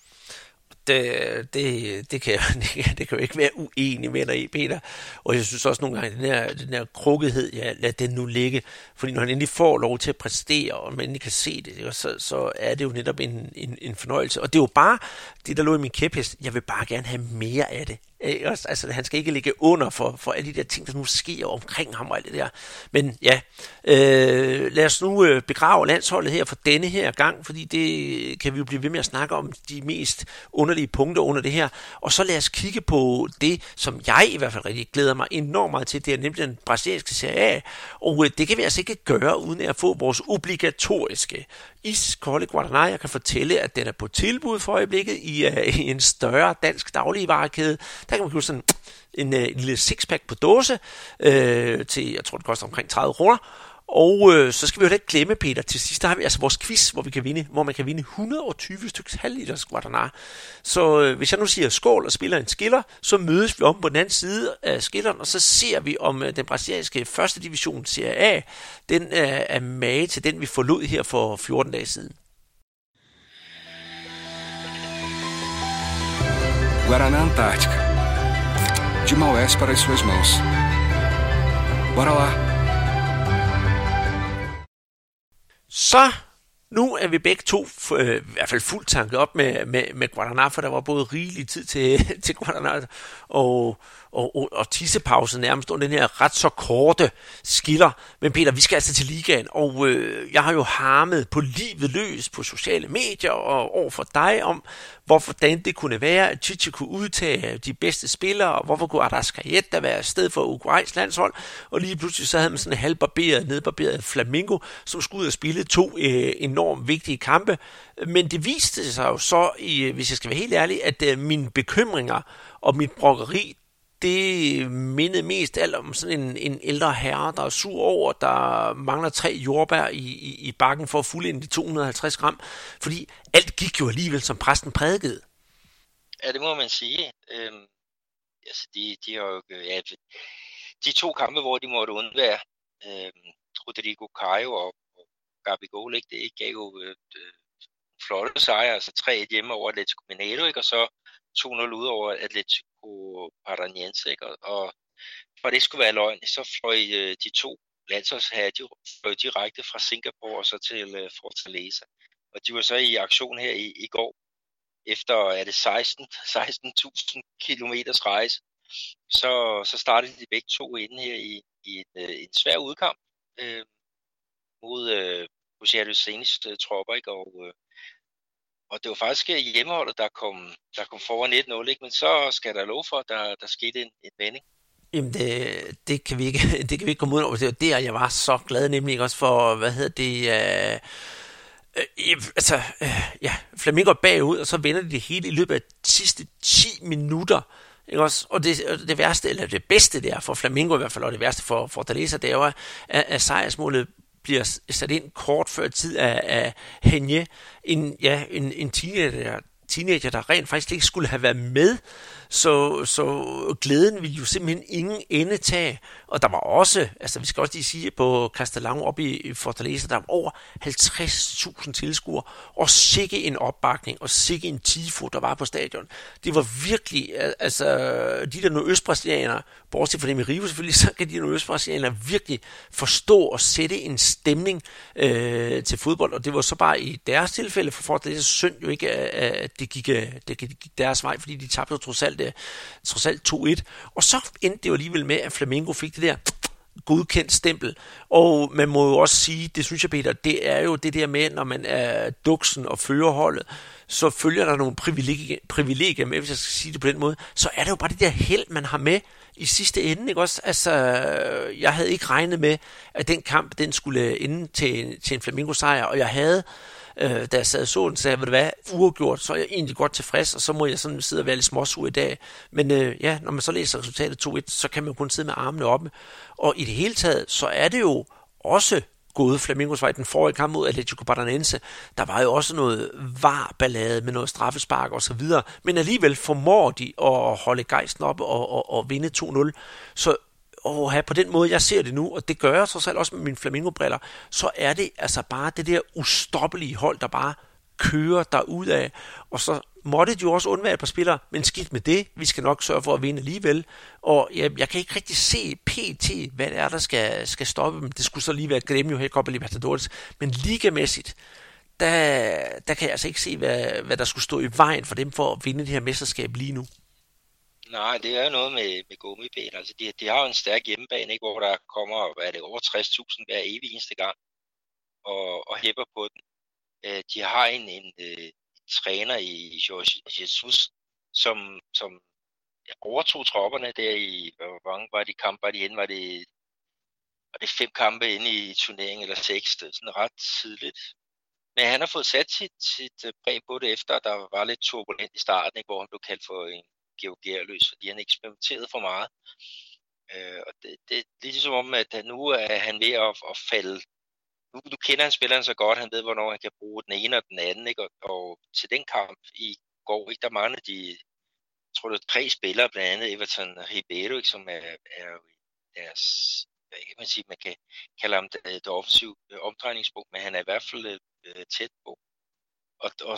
Det kan jo ikke være uenig med dig i, Peter. Og jeg synes også nogle gange, den her krukkethed, ja, lad den nu ligge. Fordi når han endelig får lov til at præstere, og man endelig kan se det, så er det jo netop en fornøjelse. Og det er jo bare det, der lå i min kæphest. Jeg vil bare gerne have mere af det. Altså, han skal ikke ligge under for alle de der ting, der nu sker omkring ham og alt det der. Men ja, lad os nu begrave landsholdet her for denne her gang, fordi det kan vi jo blive ved med at snakke om, de mest underlige punkter under det her. Og så lad os kigge på det, som jeg i hvert fald rigtig glæder mig enormt meget til, det er nemlig den brasilianske Serie A. Og det kan vi altså ikke gøre, uden at få vores obligatoriske iskolde Guaraná. Jeg kan fortælle, at den er på tilbud for øjeblikket i en større dansk dagligvarekæde. Der kan man købe sådan en lille sixpack på dåse til, jeg tror det koster omkring 30 kroner. Og så skal vi jo ikke glemme, Peter, til sidst der har vi altså vores quiz, hvor man kan vinde 120 stykker halvliters Guaraná. Så hvis jeg nu siger skål og spiller en skiller, så mødes vi om på den anden side af skilleren, og så ser vi om den brasilianske første division Serie A, den er mage til den vi forlod her for 14 dage siden. Guaraná Antártica. De Maués para as suas mãos. Bora lá. Så nu er vi begge to i hvert fald fuldt tanket op med Guaraná, for der var både rigelig tid til Guaraná og tissepause nærmest under den her ret så korte skiller. Men Peter, vi skal altså til ligaen, og jeg har jo harmet på livet løs på sociale medier og over for dig om, hvordan det kunne være, at Tite kunne udtage de bedste spillere, og hvorfor kunne Arrascaeta være sted for Uruguays landshold, og lige pludselig så havde man sådan en nedbarberet Flamengo, som skulle ud og spille 2 enormt vigtige kampe. Men det viste sig jo så, hvis jeg skal være helt ærlig, at mine bekymringer og mit brokkeri, det mindede mest alt om sådan en ældre herre, der er sur over, der mangler 3 jordbær i bakken for at fuldende de 250 gram, fordi alt gik jo alligevel, som præsten prædikede. Ja, det må man sige. Altså, de har jo, de 2 kampe, hvor de måtte undvære Rodrigo Caio og Gabigol, ikke? Det gav jo flotte sejre, altså 3-1 hjemme over Atlético Mineiro, ikke? Og så 2-0 ud over Atlético Paranaense, ikke? Og for det skulle være løgn, så fløj de 2 landsholdsherrer, de fløj direkte fra Singapore og så til Fortaleza. Og de var så i aktion her i går, efter 16.000 kilometers rejse. Så startede de begge 2 inde her i en svær udkamp mod Rogério Ceni's tropper, ikke? Og det var faktisk hjemmeholdet, der kom foran 1-0, ikke? Men så skal der lov for, at der skete en vending. Jamen, det kan vi ikke komme ud over. Det var der, jeg var så glad, nemlig også for, Flamengo bagud, og så vender de det hele i løbet af de sidste 10 minutter. Ikke også? Og det værste, eller det bedste der for Flamengo i hvert fald, og det værste for Fortaleza, det er jo, at sejrsmålet bliver sat ind kort før tid af Henje, en teenager, der rent faktisk ikke skulle have været med, så glæden ville jo simpelthen ingen ende tage. Og der var også, altså vi skal også lige sige, på Castelão oppe i Fortaleza, der var over 50.000 tilskuere, og sikke en opbakning, og sikke en tifo, der var på stadion. Det var virkelig, altså de der nordøstbrasilianere, bortset fra dem i Rio selvfølgelig, så kan de nordøstbrasilianere virkelig forstå og sætte en stemning til fodbold, og det var så bare i deres tilfælde, for Fortaleza synd jo ikke, at det gik deres vej, fordi de tabte trods alt 2-1, og så endte det jo alligevel med, at Flamengo fik det der godkendt stempel. Og man må jo også sige, det synes jeg, Peter, det er jo det der med, når man er duksen og førerholdet, så følger der nogle privilegier med, hvis jeg skal sige det på den måde. Så er det jo bare det der held, man har med i sidste ende, ikke også? Altså, jeg havde ikke regnet med, at den kamp, den skulle ende til en Flamengo-sejr, og jeg havde, da jeg sad og så den, sagde, ved du hvad, uafgjort, så er jeg egentlig godt tilfreds, og så må jeg sådan sidde og være lidt småsur i dag. Men ja, når man så læser resultatet 2-1, så kan man jo kun sidde med armene oppe. Og i det hele taget, så er det jo også gået Flamingos vej den forrige kamp mod Atlético Paranaense. Der var jo også noget var-ballade med noget straffespark og så videre, men alligevel formår de at holde gejsten op og vinde 2-0. Så på den måde, jeg ser det nu, og det gør jeg trods alt også med mine Flamingo-briller, så er det altså bare det der ustoppelige hold, der bare kører derudad, og så måtte de jo også undvære et par spillere, men skidt med det, vi skal nok sørge for at vinde alligevel, og jeg kan ikke rigtig se pt, hvad det er, der skal stoppe dem. Det skulle så lige være Grêmio her i Copa Libertadores, men ligamæssigt, der kan jeg altså ikke se, hvad der skulle stå i vejen for dem for at vinde det her mesterskab lige nu. Nej, det er jo noget med gummiben. Altså, de har jo en stærk hjemmebane, ikke, hvor der kommer, hvad er det, over 60.000 hver evig eneste gang og hæpper på den. De har en træner i Jorge Jesus, som overtog tropperne der i, hvor mange var de kampe, var de henne, var det 5 kampe inde i turneringen, eller 6, sådan ret tidligt. Men han har fået sat sit præg på det, efter der var lidt turbulent i starten, ikke, hvor han blev kaldt for en georgierløs, fordi han eksperimenterede for meget. Og det er ligesom om, at nu er han ved at falde. Nu kender han spilleren så godt, han ved, hvornår han kan bruge den ene og den anden, ikke? Og til den kamp i går, ikke, der manglede de, jeg tror det er 3 spillere, blandt andet Everton og Ribeiro, ikke, som er deres, man kan kalde ham det offensive omdrejningspunkt, men han er i hvert fald tæt på. Og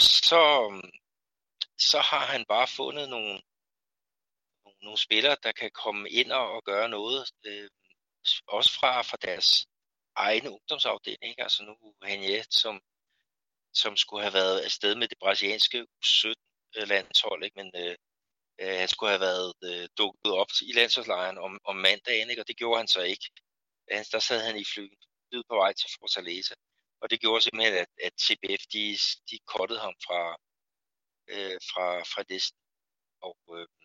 så har han bare fundet nogle spillere, der kan komme ind og gøre noget, også fra deres egne ungdomsafdeling, ikke? Altså nu Henje, som skulle have været afsted med det brasilianske U17-landshold, ikke? Men han skulle have været dukket op i landsholdslejren om mandagen, ikke? Og det gjorde han så ikke. Der sad han i flyet på vej til Fortaleza, og det gjorde simpelthen, at CBF, de cuttede ham fra listen. Og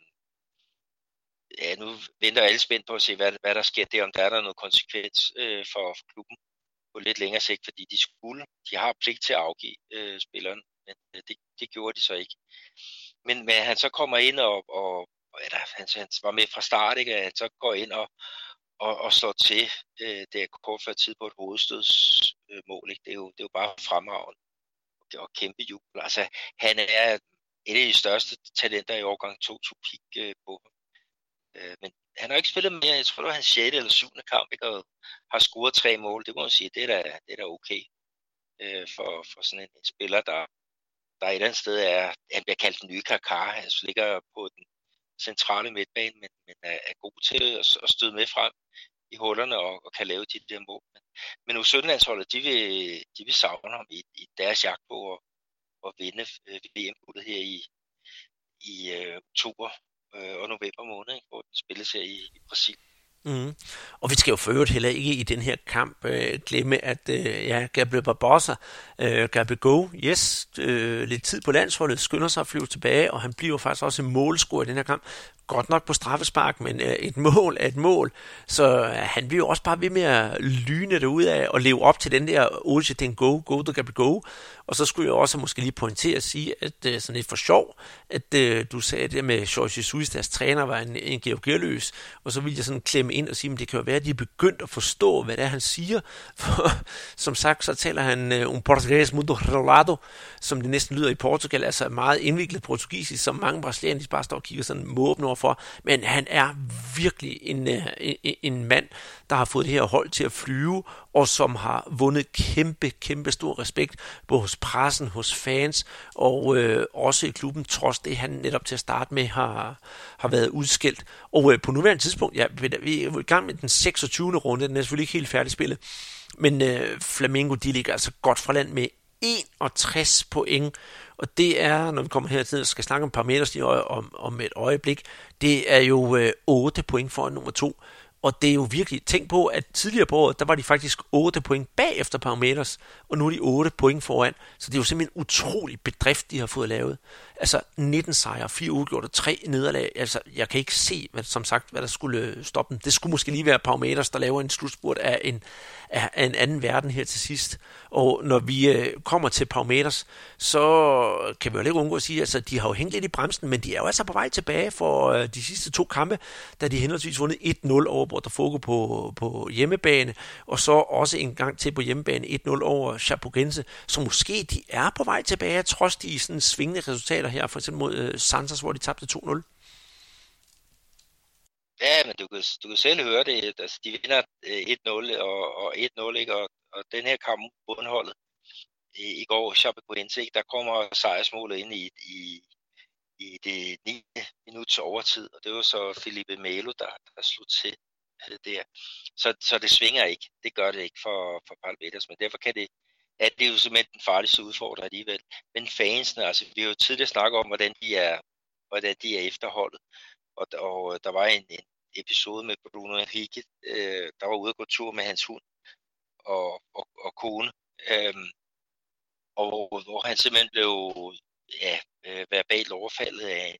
ja, nu venter alle spændt på at se, hvad der sker der, om der er noget konsekvens for klubben på lidt længere sigt, fordi de har pligt til at afgive spilleren, men det gjorde de så ikke. Men han så kommer ind og han var med fra start, ikke? At han så går ind og slår til det kort før tid på et hovedstødsmål, ikke? Det er jo bare fremragende og kæmpe jubel. Altså, han er et af de største talenter i årgang 2000 på ham. Men han har ikke spillet mere, jeg tror det var hans 6. eller 7. kamp, ikke? Og har scoret 3 mål, det må man sige, det er da okay for sådan en spiller, der et eller andet sted han bliver kaldt den nye Kaká, han ligger på den centrale midtbane, men er god til at støde med frem i hullerne og kan lave de der mål. Men U17-landsholdet, de vil savne ham i deres jagt på at vinde VM-guldet her i oktober og november måned, hvor den spilles her i Brasilien. Mm. Og vi skal jo for øvrigt heller ikke i den her kamp glemme, at Gabriel Barbosa, Gabigol, lidt tid på landsholdet, skynder sig at flyve tilbage, og han bliver faktisk også målscorer i den her kamp. Godt nok på straffespark, men et mål er et mål. Så han vil jo også bare ved med at lyne det ud af og leve op til den der Oje den go to Gabigol. Og så skulle jeg også måske lige pointere at sige, at sådan lidt for sjov, at du sagde det med Jorge Jesus, deres træner var en georgierløs, og så ville jeg sådan klemme ind og sige, at det kan jo være, at de er begyndt at forstå, hvad det er, han siger. For som sagt, så taler han português muito relado, som det næsten lyder i Portugal, altså meget indviklet portugisisk, som mange brasilianere bare står og kigger sådan måbne overfor. Men han er virkelig en mand, der har fået det her hold til at flyve, og som har vundet kæmpe stor respekt, både hos pressen, hos fans, og også i klubben, trods det han netop til at starte med har været udskilt. Og på nuværende tidspunkt, vi er i gang med den 26. runde, den er selvfølgelig ikke helt færdig spillet, men Flamengo, de ligger altså godt fra land med 61 point, og det er, når vi kommer hertil og skal snakke om parametre om et øjeblik, det er jo 8 point foran nummer 2, Og det er jo virkelig, tænk på, at tidligere på året, der var de faktisk 8 point bag efter Parameters, og nu er de 8 point foran. Så det er jo simpelthen en utrolig bedrift, de har fået lavet. Altså 19 sejre, 4 uafgjorte, 3 nederlag. Altså, jeg kan ikke se, hvad der skulle stoppe dem. Det skulle måske lige være Parameters, der laver en slutspurt af en anden verden her til sidst. Og når vi kommer til Parameters, så kan vi jo ikke undgå at sige, altså de har jo hængt lidt i bremsen, men de er jo altså på vej tilbage for de sidste 2 kampe, da de henholdsvis vundet 1-0 over Botafogo på hjemmebane, og så også en gang til på hjemmebane 1-0 over Chapecoense, så måske de er på vej tilbage, trods de sådan svingende resultater her, for eksempel mod Santos, hvor de tabte 2-0. Ja, men du kan selv høre det. Altså, de vinder 1-0 og 1-0, ikke? Og den her kamp mod bundholdet i går, Chapecoense, ikke? Der kommer sejrsmålet ind i det 9. minuts overtid, og det var så Felipe Melo, der slog til der. Så det svinger ikke. Det gør det ikke for Palmeiras, men derfor er det jo simpelthen den farligste udfordrer alligevel. Men fansene, altså vi har jo tidligere snakket om, hvordan de er efterholdet. Og der var en episode med Bruno Henrique, der var ude at gå tur med hans hund og kone, og hvor han simpelthen blev verbalt overfaldet af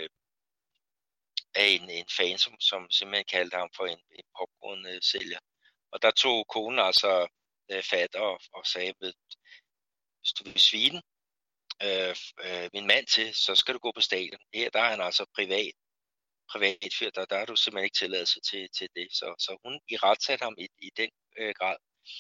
en fan, som simpelthen kaldte ham for en popcorn-sælger. Og der tog konen altså fat og sagde, hvis du vil svine min mand til, så skal du gå på stadion. Her der er han altså privatfyr, der er du simpelthen ikke tilladelse til det. Så hun iretsatte ham i den grad.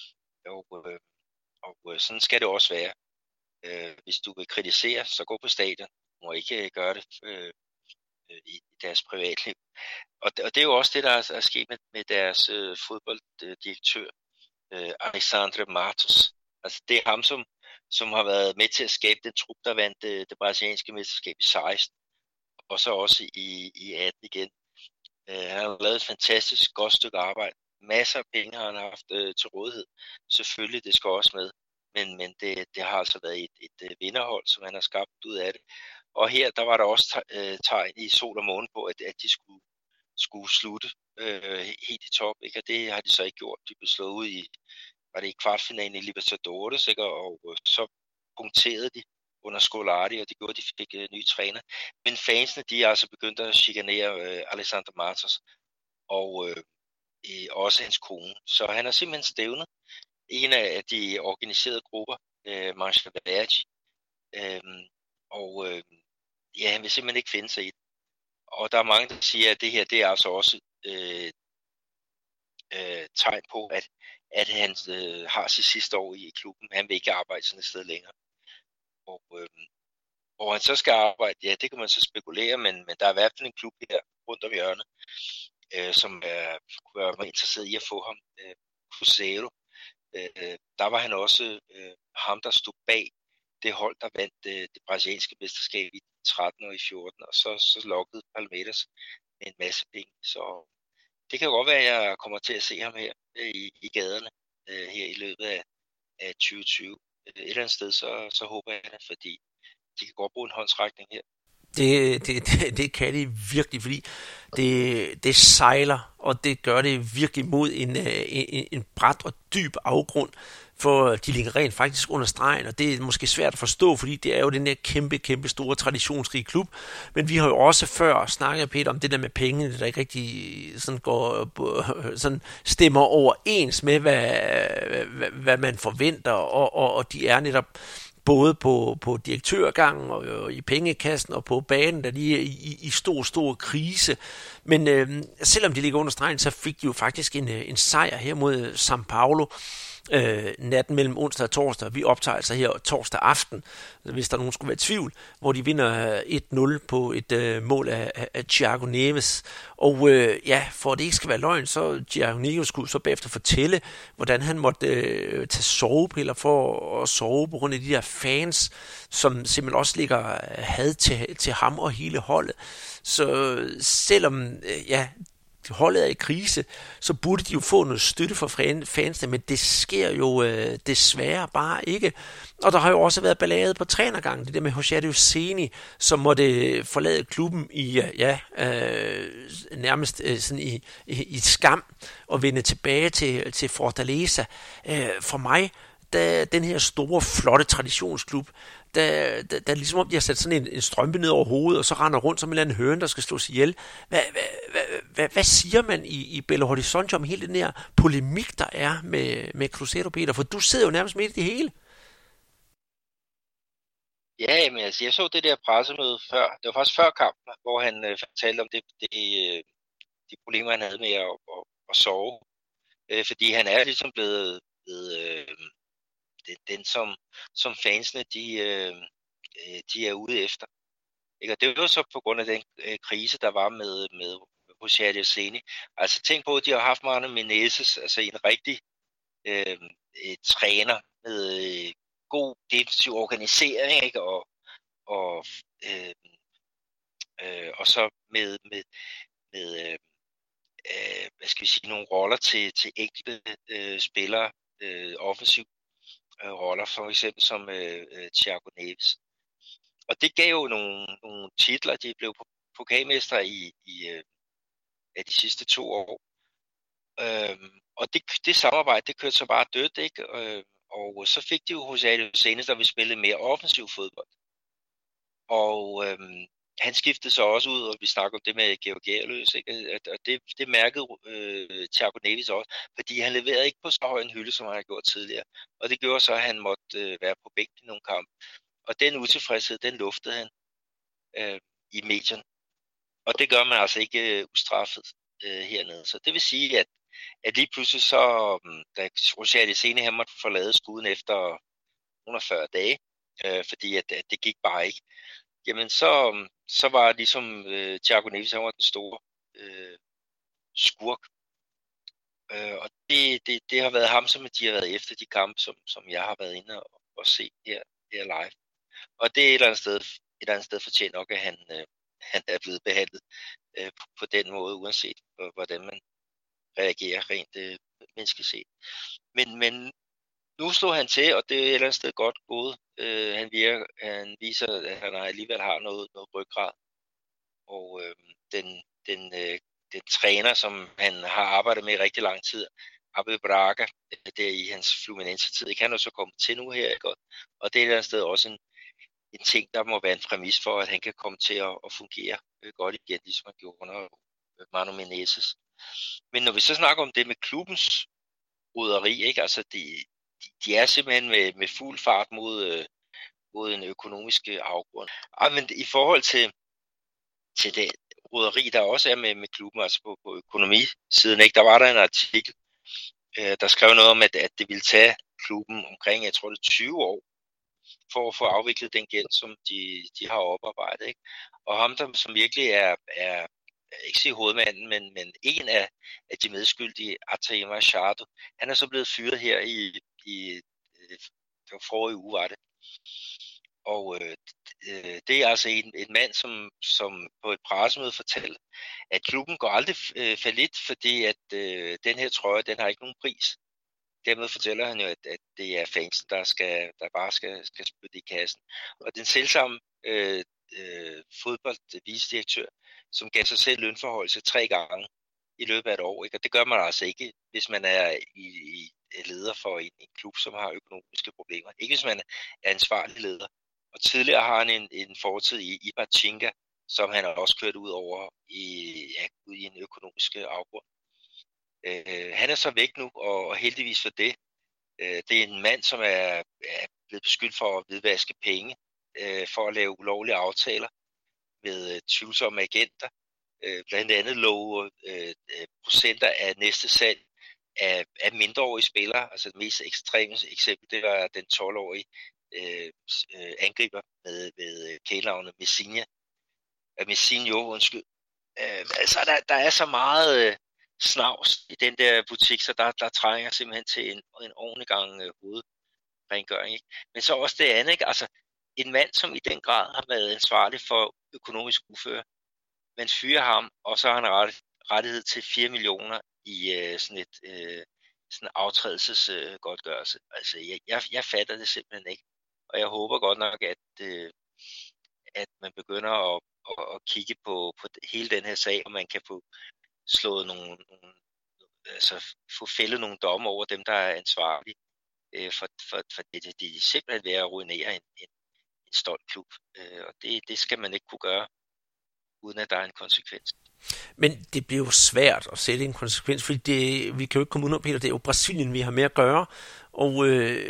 Og sådan skal det også være. Hvis du vil kritisere, så gå på stadion. Du må ikke gøre det i deres privatliv. Og det er jo også det, der er sket med deres fodbolddirektør, Alexandre Matos. Altså det er ham, som har været med til at skabe den trup, der vandt det brasilianske mesterskab i 16. Og så også i 18 igen. Han har lavet et fantastisk godt stykke arbejde. Masser af penge har han haft til rådighed. Selvfølgelig, det skal også med. Men det har altså været et vinderhold, som han har skabt ud af det. Og her, der var der også tegn i sol og måne på, at de skulle slutte helt i top. Ikke? Og det har de så ikke gjort. De blev slået ud i kvartfinalen i Libertadores, ikke? Og så punkterede de under Scolari, og det gjorde, at de fik nye træner. Men fansene, de er altså begyndt at chikanere Alexandre Matos, og også hans kone. Så han har simpelthen stævnet en af de organiserede grupper, Marcia Verdi, han vil simpelthen ikke finde sig i det. Og der er mange, der siger, at det her, det er altså også tegn på, at han har sit sidste år i klubben. Han vil ikke arbejde sådan et sted længere. Og hvor han så skal arbejde, ja, det kan man så spekulere, men der er i hvert fald en klub her rundt om hjørnet, som kunne være interesseret i at få ham. Cruzeiro. Der var han også ham, der stod bag det hold, der vandt det brasilianske mesterskab i 13 og i 14, og så lukkede Palmeiras med en masse penge. Så det kan godt være, at jeg kommer til at se ham her i gaderne her i løbet af 2020. Et eller andet sted, så håber jeg det, fordi de kan godt bruge en håndsrækning her. Det kan det virkelig, fordi det sejler, og det gør det virkelig mod en brat og dyb afgrund, for de ligger rent faktisk under stregen, og det er måske svært at forstå, fordi det er jo den der kæmpe store traditionsrige klub, men vi har jo også før snakket, Peter, om det der med pengene, der ikke rigtig sådan stemmer overens med, hvad man forventer, og de er netop både på direktørgangen og i pengekassen og på banen, der de er i stor krise. Men selvom de ligger under stregen, så fik de jo faktisk en sejr her mod São Paulo natten mellem onsdag og torsdag. Vi optager altså her torsdag aften, hvis der nogen skulle være i tvivl, hvor de vinder 1-0 på et mål af Thiago Neves. Og for at det ikke skal være løgn, så Thiago Neves skulle så bagefter fortælle, hvordan han måtte tage sovepiller for at sove på grund af de der fans, som simpelthen også ligger had til ham og hele holdet. Så selvom holdet er i krise, så burde de jo få noget støtte fra fansene, men det sker jo desværre bare ikke. Og der har jo også været ballade på trænergangen, det der med José Ceni, som måtte forlade klubben i nærmest sådan i skam og vende tilbage til Fortaleza. For mig, da den her store, flotte traditionsklub, der ligesom om de har sat sådan en strømpe ned over hovedet, og så render rundt som en eller anden høne, der skal slås ihjel. Hvad siger man i Belo Horizonte om hele den her polemik, der er med Cruzeiro, Peter? For du sidder jo nærmest midt i det hele. Ja, men altså, jeg så det der pressemøde før. Det var faktisk før kampen, hvor han fortalte om de problemer, han havde med at sove. Fordi han er ligesom blevet den, som fansene de er ude efter. Ikke? Og det var så på grund af den krise, der var med José Ceni. Altså tænk på, at de har haft Mano Menezes, altså en rigtig træner med god defensiv organisering, ikke? Og så med hvad skal vi sige, nogle roller til enkelte spillere, offensiv roller, for eksempel som Thiago Neves. Og det gav jo nogle titler. De blev pokalmestre i de sidste 2 år. Og det samarbejde, det kørte så bare dødt, ikke? Og så fik de jo José Ceni, der ville spille mere offensiv fodbold. Og han skiftede så også ud, og vi snakker om det med Georg Gerløs, ikke? Og det mærkede Thiago Neves også, fordi han leverede ikke på så høj en hylde, som han havde gjort tidligere. Og det gjorde så, at han måtte være på bænken i nogle kampe. Og den utilfredshed, den luftede han i medierne. Og det gør man altså ikke ustraffet hernede. Så det vil sige, at lige pludselig så, da José Ceni her måtte forlade skuden efter 140 dage, fordi at det gik bare ikke, jamen så var ligesom Thiago Neves, han var den store skurk. Og det har været ham, som de har været efter de kampe, som jeg har været inde og se her live. Og det er et eller andet sted fortjent nok, at han er blevet behandlet på den måde, uanset hvordan man reagerer rent menneskeligt set. Men nu slår han til, og det er et eller andet sted godt gået. Han viser, at han alligevel har noget ryggrad. Og den træner, som han har arbejdet med i rigtig lang tid, Abel Braga, det er i hans Fluminense-tid, ikke? Han er så kommet til nu her, ikke? Og det er et eller andet sted også en ting, der må være en præmis for, at han kan komme til at fungere godt igen, ligesom han gjorde under Mano Menezes. Men når vi så snakker om det med klubbens roderi, ikke? Altså de er simpelthen med fuld fart mod en økonomisk afgrund. Men i forhold til det roderi, der også er med klubben, altså på økonomisiden, ikke? Der var der en artikel, der skrev noget om, at det ville tage klubben omkring, jeg tror det 20 år, for at få afviklet den gæld, som de har oparbejdet, ikke? Og ham, der som virkelig er ikke sige hovedmanden, men en af de medskyldige, Ataíde Machado, han er så blevet fyret her i det var forrige uge, var det. Og det er altså en mand, som på et pressemøde fortalte, at klubben går aldrig fallit, fordi at den her trøje, den har ikke nogen pris. Dermed fortæller han jo, at det er fansen, der bare skal spytte i kassen. Og den selvsamme fodboldvicedirektør, som gav sig selv lønforholdelse 3 gange i løbet af et år, ikke? Og det gør man altså ikke, hvis man er i leder for en klub, som har økonomiske problemer. Ikke hvis man er ansvarlig leder. Og tidligere har han en fortid i Pachinga, som han har også kørt ud over ud i en økonomisk afgrund. Han er så væk nu, og heldigvis for det. Det er en mand, som er blevet beskyldt for at hvidvaske penge, for at lave ulovlige aftaler med tvivlsomme agenter. Blandt andet love procenter af næste salg af mindreårige spillere. Altså det mest ekstreme eksempel, det var den 12-årige angriber med kælenavnet Messinho, undskyld. Altså der er så meget snavs i den der butik, så der trænger simpelthen til en ordentlig gang hovedrengøring, ikke? Men så også det andet, ikke? Altså en mand, som i den grad har været ansvarlig for økonomisk uføre, man fyrer ham, og så har han rettighed til 4 millioner i sådan en aftrædelsesgodtgørelse. Altså, jeg fatter det simpelthen ikke. Og jeg håber godt nok, at man begynder at kigge på hele den her sag, og man kan få slået få fældet nogle domme over dem, der er ansvarlige for det. Det er simpelthen ved at ruinere en stolt klub, og det skal man ikke kunne gøre, uden at der er en konsekvens. Men det bliver jo svært at sætte en konsekvens, fordi vi kan jo ikke komme ud af, Peter, det er jo Brasilien, vi har med at gøre, og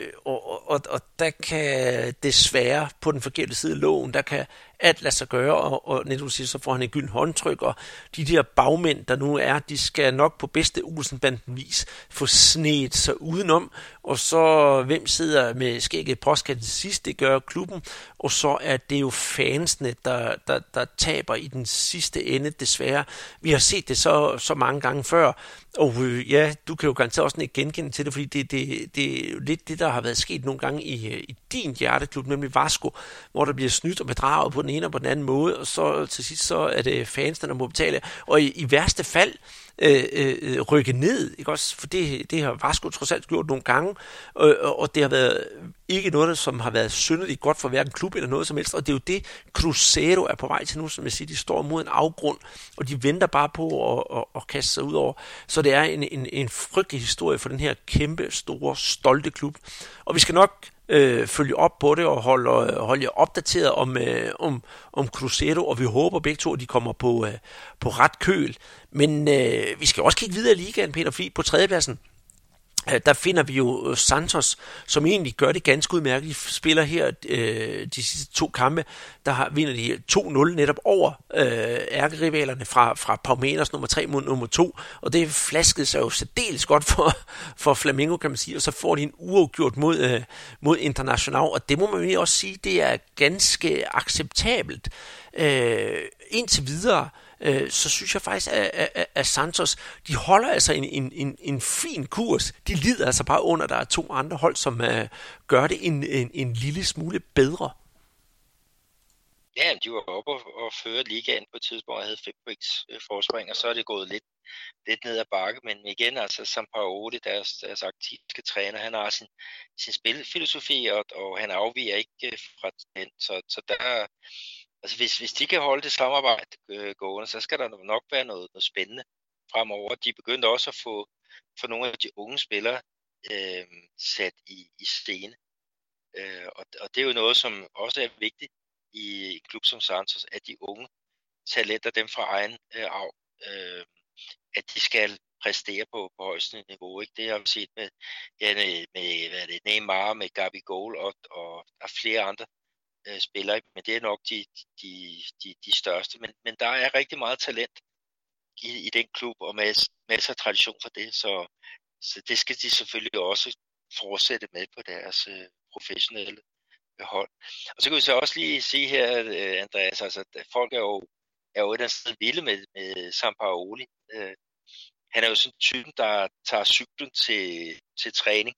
der kan desværre på den forkerte side af loven, der kan alt lade sig gøre, og netop siger, så får han et gylden håndtryk, og de der bagmænd, der nu er, de skal nok på bedste Olsenbanden-vis få snedt sig udenom, og så hvem sidder med skægget i postkassen til sidst, det gør klubben, og så er det jo fansene, der taber i den sidste ende, desværre. Vi har set det så mange gange før, og ja, du kan jo garanteret også ikke genkende til det, fordi det er jo lidt det, der har været sket nogle gange i din hjerteklub, nemlig Vasco, hvor der bliver snydt og bedraget på den ene og på den anden måde, og så til sidst så er det fansene, der må betale, og i værste fald rykke ned, ikke også? For det har Vasco trods alt gjort nogle gange, og det har været ikke noget, som har været synderligt godt for hverken klub eller noget som helst, og det er jo det, Cruzeiro er på vej til nu, som jeg siger, de står mod en afgrund, og de venter bare på at kaste sig ud over. Så det er en frygtelig historie for den her kæmpe, store, stolte klub. Og vi skal nok følge op på det og holde jer opdateret om Cruzeiro, og vi håber begge to, at de kommer på ret køl. Men vi skal også kigge videre i ligaen, Peter, fordi på tredjepladsen, der finder vi jo Santos, som egentlig gør det ganske udmærket. De spiller her de sidste 2 kampe, vinder de 2-0 netop over ærkerivalerne fra Palmeiras nummer 3 mod nummer 2, og det flaskede sig jo særdeles godt for Flamengo, kan man sige, og så får de en uafgjort mod Internacional, og det må man jo også sige, det er ganske acceptabelt. Indtil videre, så synes jeg faktisk, at Santos, de holder altså en fin kurs. De lider altså bare under, der er 2 andre hold, som gør det en lille smule bedre. Ja, de var oppe og føre ligaen på et tidspunkt, og havde 5 points forspring, og så er det gået lidt ned ad bakke, men igen, altså Sampaoli, deres aktiviske træner, han har sin spilfilosofi, og han afviger ikke fra den, så der. Altså hvis de kan holde det samarbejde gående, så skal der nok være noget spændende fremover. De begyndte også at få nogle af de unge spillere sat i scene. Og det er jo noget, som også er vigtigt i en klub som Santos, at de unge talenter, dem fra egen arv, at de skal præstere på højeste niveau. Ikke? Det har vi set med Neymar, med Gabigol og der er flere andre spillere, men det er nok de største. Men der er rigtig meget talent i den klub, og masser af tradition for det, så det skal de selvfølgelig også fortsætte med på deres professionelle hold. Og så kan vi så også lige se her, Andreas, altså folk er jo et eller andet sted vilde med Sampaoli. Han er jo sådan en typen, der tager cyklen til træning.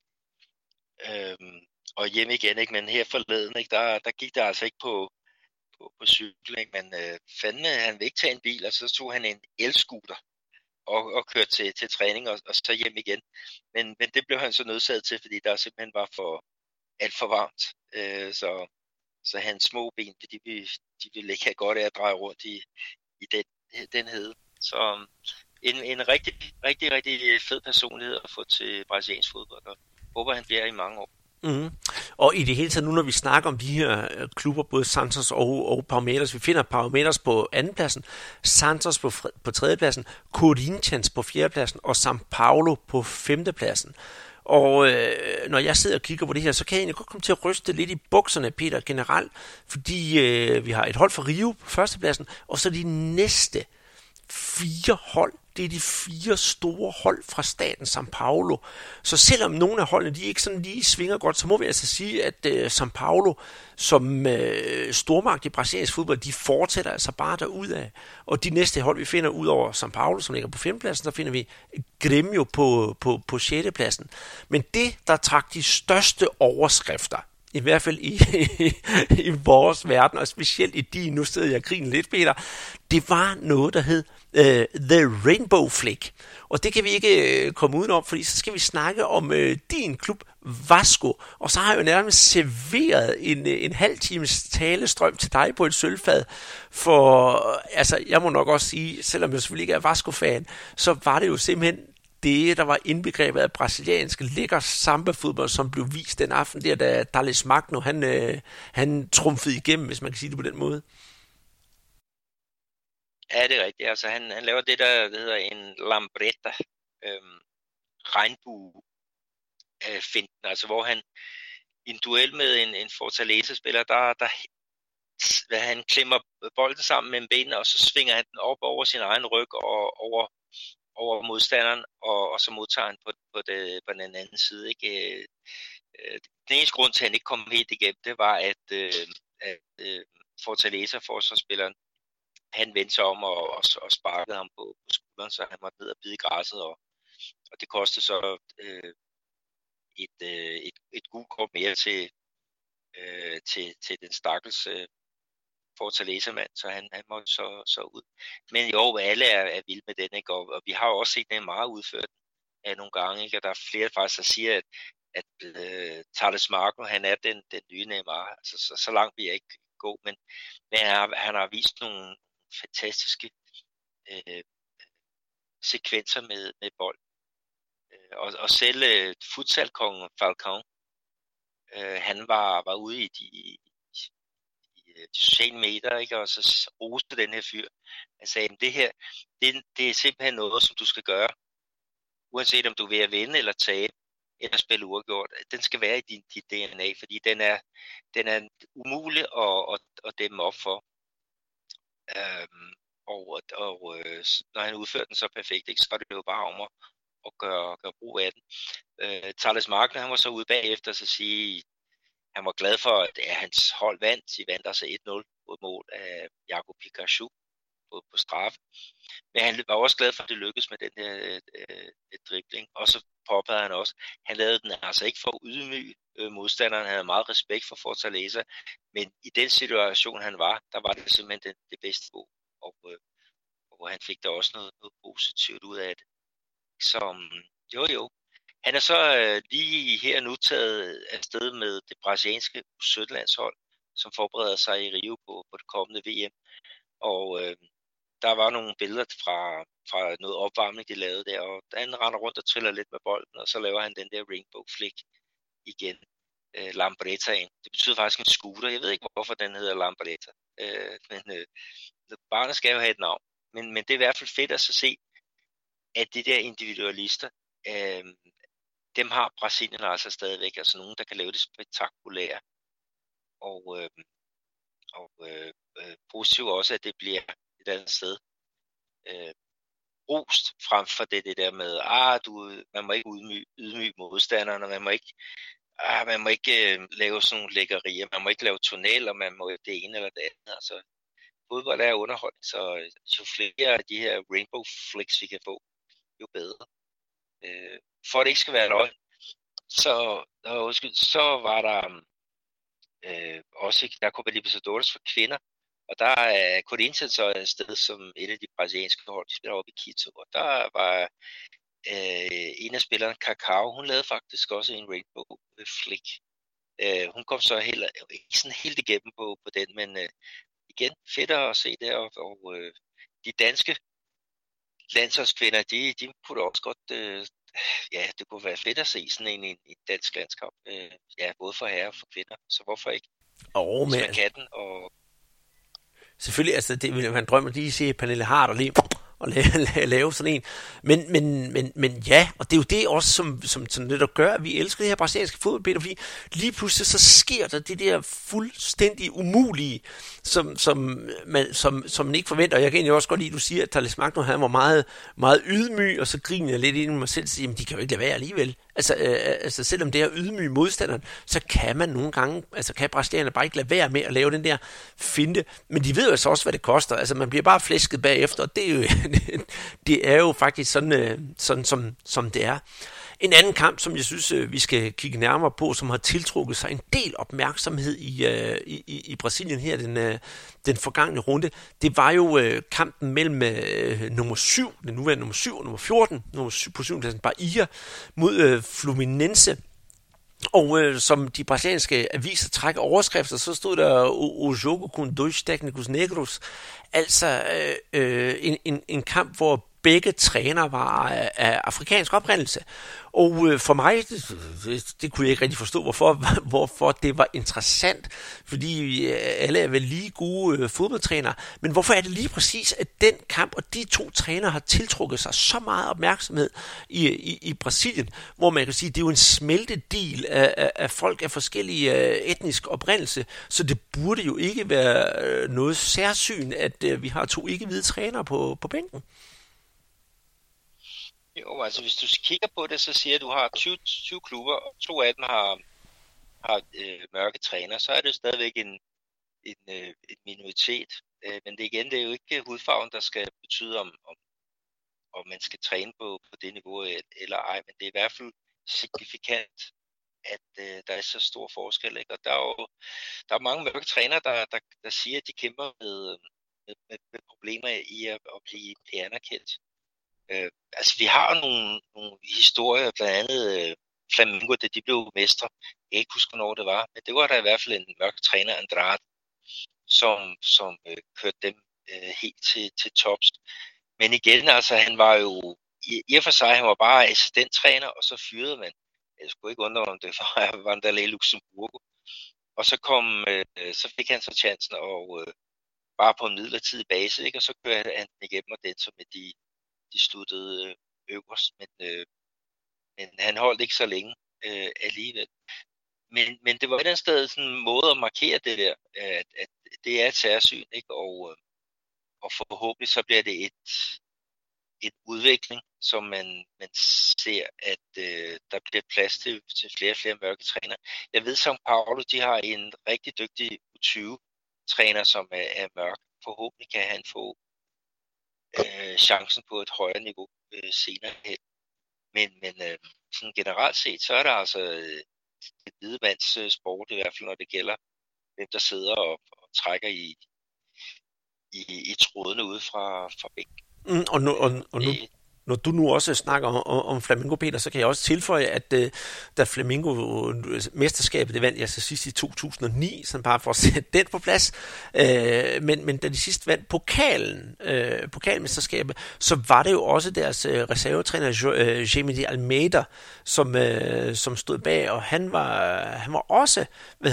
Og hjem igen, ikke? Men her forleden, ikke? Der gik der altså ikke på cykel, ikke? Men fandme, han vil ikke tage en bil, og så tog han en elscooter og kørte til træning og så hjem igen. Men det blev han så nødsaget til, fordi der simpelthen var alt for varmt. Så hans små ben, de ville ikke have godt af at dreje rundt i den hede. Så en rigtig, rigtig, rigtig fed personlighed at få til brasiliansk fodbold, og håber han bliver i mange år. Mm. Og i det hele taget nu, når vi snakker om de her klubber, både Santos og Palmeiras, vi finder Palmeiras på andenpladsen, Santos på tredjepladsen, Corinthians på fjerdepladsen og São Paulo på femtepladsen. Og når jeg sidder og kigger på det her, så kan jeg egentlig godt komme til at ryste lidt i bukserne, Peter, generelt, fordi vi har et hold fra Rio på førstepladsen, og så de næste 4 hold, det er de 4 store hold fra staten São Paulo. Så selvom nogle af holdene, de ikke sådan lige svinger godt, så må vi altså sige, at São Paulo som stormagt i brasiliansk fodbold, de fortsætter altså bare derudad. Og de næste hold, vi finder ud over São Paulo, som ligger på 5. pladsen, så finder vi Grêmio på 6. pladsen. Men det, der trak de største overskrifter, i hvert fald i vores verden, og specielt i din, nu sidder jeg og griner lidt, Peter, det var noget, der hed The Rainbow Flick. Og det kan vi ikke komme udenom, fordi så skal vi snakke om din klub Vasco. Og så har jeg jo nærmest serveret en halv times talestrøm til dig på et sølvfad. For altså, jeg må nok også sige, selvom jeg selvfølgelig ikke er Vasco-fan, så var det jo simpelthen det, der var indbegrebet af brasiliansk lækker samba-fodbold, som blev vist den aften der, da Thales Magno, han trumfede igennem, hvis man kan sige det på den måde. Ja, det er rigtigt. Altså, han laver det, der hedder en lambretta, regnbue-finten, altså hvor han i en duel med en Fortaleza-spiller, der han klemmer bolden sammen med benene, og så svinger han den op over sin egen ryg og over modstanderen, og så modtager han på den anden side. Ikke? Den eneste grund til, at han ikke kom helt igennem, det var, at Fortaleza-forsvarsspilleren, han vendte sig om og sparkede ham på skulderen, så han måtte ned og bide i græsset, og det kostede så et gult kort mere til den stakkels Fortaleza-mand, så han måtte så ud. Men jo, alle er vilde med den, ikke? Og vi har jo også set den meget udført nogle gange, ikke? Og der er flere faktisk, der siger, at Thales Magno, han er den nye Neymar. Altså, så langt vil jeg ikke gå, men han har vist nogle fantastiske sekvenser med bold. Og selv futsalkongen Falcao, han var ude i de sociale medier, ikke? Og så roste den her fyr. Han sagde, at det her, det er simpelthen noget, som du skal gøre, uanset om du vil vinde eller tabe, eller spille uafgjort. Den skal være i dit DNA, fordi den er umulig at dæmme op for. Når han udfører den så perfekt, ikke, så er det jo bare om at gøre brug af den. Thales Magno, han var så ude bagefter og så sige, han var glad for, at hans hold vandt. De vandt altså 1-0 på mål af Jaco Pikachu på straffe. Men han var også glad for, at det lykkedes med den her dribling. Og så påpegede han også, han lavede den altså ikke for at ydmyge modstanderen. Han havde meget respekt for Fortaleza. Men i den situation, han var, der var det simpelthen det bedste på. Og han fik da også noget positivt ud af det. Så jo. Han er så lige her nu taget afsted med det brasilianske U17-landshold, som forbereder sig i Rio på det kommende VM. Og der var nogle billeder fra noget opvarmning, de lavede der, og han render rundt og triller lidt med bolden, og så laver han den der rainbow flick igen, Lambretta. Det betyder faktisk en scooter. Jeg ved ikke, hvorfor den hedder Lambretta, men barnet skal jo have et navn. Men det er i hvert fald fedt at så se, at de der individualister, dem har Brasilien altså stadigvæk, altså nogen, der kan lave det spektakulære. Og positivt også, at det bliver et andet sted rost frem for det der med, man må ikke ydmyge modstanderne, man må ikke lave sådan nogle lækkerier, man må ikke lave tunneller, man må det ene eller det andet. Altså, fodbold er underholdning, så jo flere af de her rainbow flicks vi kan få, jo bedre. For at det ikke skal være løgn, så var der også der Copa Libertadores for kvinder, og der er Corinthians så et sted som et af de brasilianske hold, de spiller oppe i Quito, og der var en af spillerne, Cacau, hun lavede faktisk også en rainbow flick. Hun kom så ikke sådan helt igennem på den, men igen, fedt at se det, og de danske landsholdskvinder, de kunne også godt, det kunne være fedt at se sådan en dansk landskamp, både for herrer og for kvinder, så hvorfor ikke? Hvis man kan den, og selvfølgelig, altså det ville være en drøm at lige se Pernille Harder lige og lave sådan en. Men ja, og det er jo det også, som det der gør, at vi elsker det her brasilianske fodbold, Peter, fordi lige pludselig så sker der det der fuldstændig umulige, som man ikke forventer. Og jeg kan egentlig også godt lide, at du siger, at Thales Magno, han var meget, meget ydmyg, og så griner jeg lidt ind i mig selv og siger, jamen de kan jo ikke lade være alligevel. Altså selvom det er ydmyg modstanderen, så kan man nogle gange, altså kan brasilianerne bare ikke lade være med at lave den der finte, men de ved jo altså også, hvad det koster. Altså man bliver bare flæsket bagefter, og det er jo faktisk sådan som det er. En anden kamp, som jeg synes, vi skal kigge nærmere på, som har tiltrukket sig en del opmærksomhed i Brasilien her den forgangne runde, det var jo kampen mellem nummer 7, den nuværende nummer 7 og nummer 14, nummer 7 på 7. pladsen Bahia mod Fluminense. Og som de brasilianske aviser trækker overskrifter, så stod der O jogo com dois técnicos negros, altså en kamp, hvor begge trænere var af afrikansk oprindelse. Og for mig, det kunne jeg ikke rigtig forstå, hvorfor det var interessant, fordi alle er vel lige gode fodboldtrænere. Men hvorfor er det lige præcis, at den kamp og de to trænere har tiltrukket sig så meget opmærksomhed i Brasilien, hvor man kan sige, at det er jo en smeltedil af folk af forskellige etnisk oprindelse, så det burde jo ikke være noget særsyn, at vi har to ikke-hvide trænere på bænken. Jo, altså hvis du kigger på det, så siger du har 20 klubber, og 2 af dem har mørke træner, så er det jo stadigvæk en minoritet. Men det er jo ikke hudfarven, der skal betyde, om man skal træne på det niveau eller ej. Men det er i hvert fald signifikant, at der er så stor forskel. Ikke? Og der er mange mørke trænere, der siger, at de kæmper med problemer i at blive anerkendt. Altså vi har nogle historier, blandt andet Flamengo, da de blev mestre. Jeg kan ikke huske, hvornår det var, men det var der i hvert fald en mørk træner, Andrade, som kørte dem helt til tops. Men igen, altså han var jo, i og for sig, han var bare assistenttræner, og så fyrede man. Jeg skulle ikke undre, om det var Vanderlei Luxemburgo. Og så fik han så chancen, og bare på en midlertidig base, ikke? Og så kørte han igennem, og den som med de sluttede øverst, men han holdt ikke så længe alligevel. Men det var et eller andet sted sådan en måde at markere det der, at det er et særsyn, ikke? Og forhåbentlig så bliver det et udvikling, som man ser, at der bliver plads til flere og flere mørke trænere. Jeg ved, São Paulo, de har en rigtig dygtig U20-træner, som er mørk. Forhåbentlig kan han få chancen på et højere niveau senere hen. Men sådan generelt set, så er der altså et hvidemands sport, i hvert fald når det gælder, hvem der sidder og trækker i trådene ude fra bænken. Og nu, når du nu også snakker om Flamengo, Peter, så kan jeg også tilføje, at da Flamengo mesterskabet, det vandt jeg så sidst i 2009, sådan bare for at sætte den på plads, men da de sidst vandt pokalmesterskabet, så var det jo også deres reservetræner, Jaime de Almeida, som stod bag, og han var også,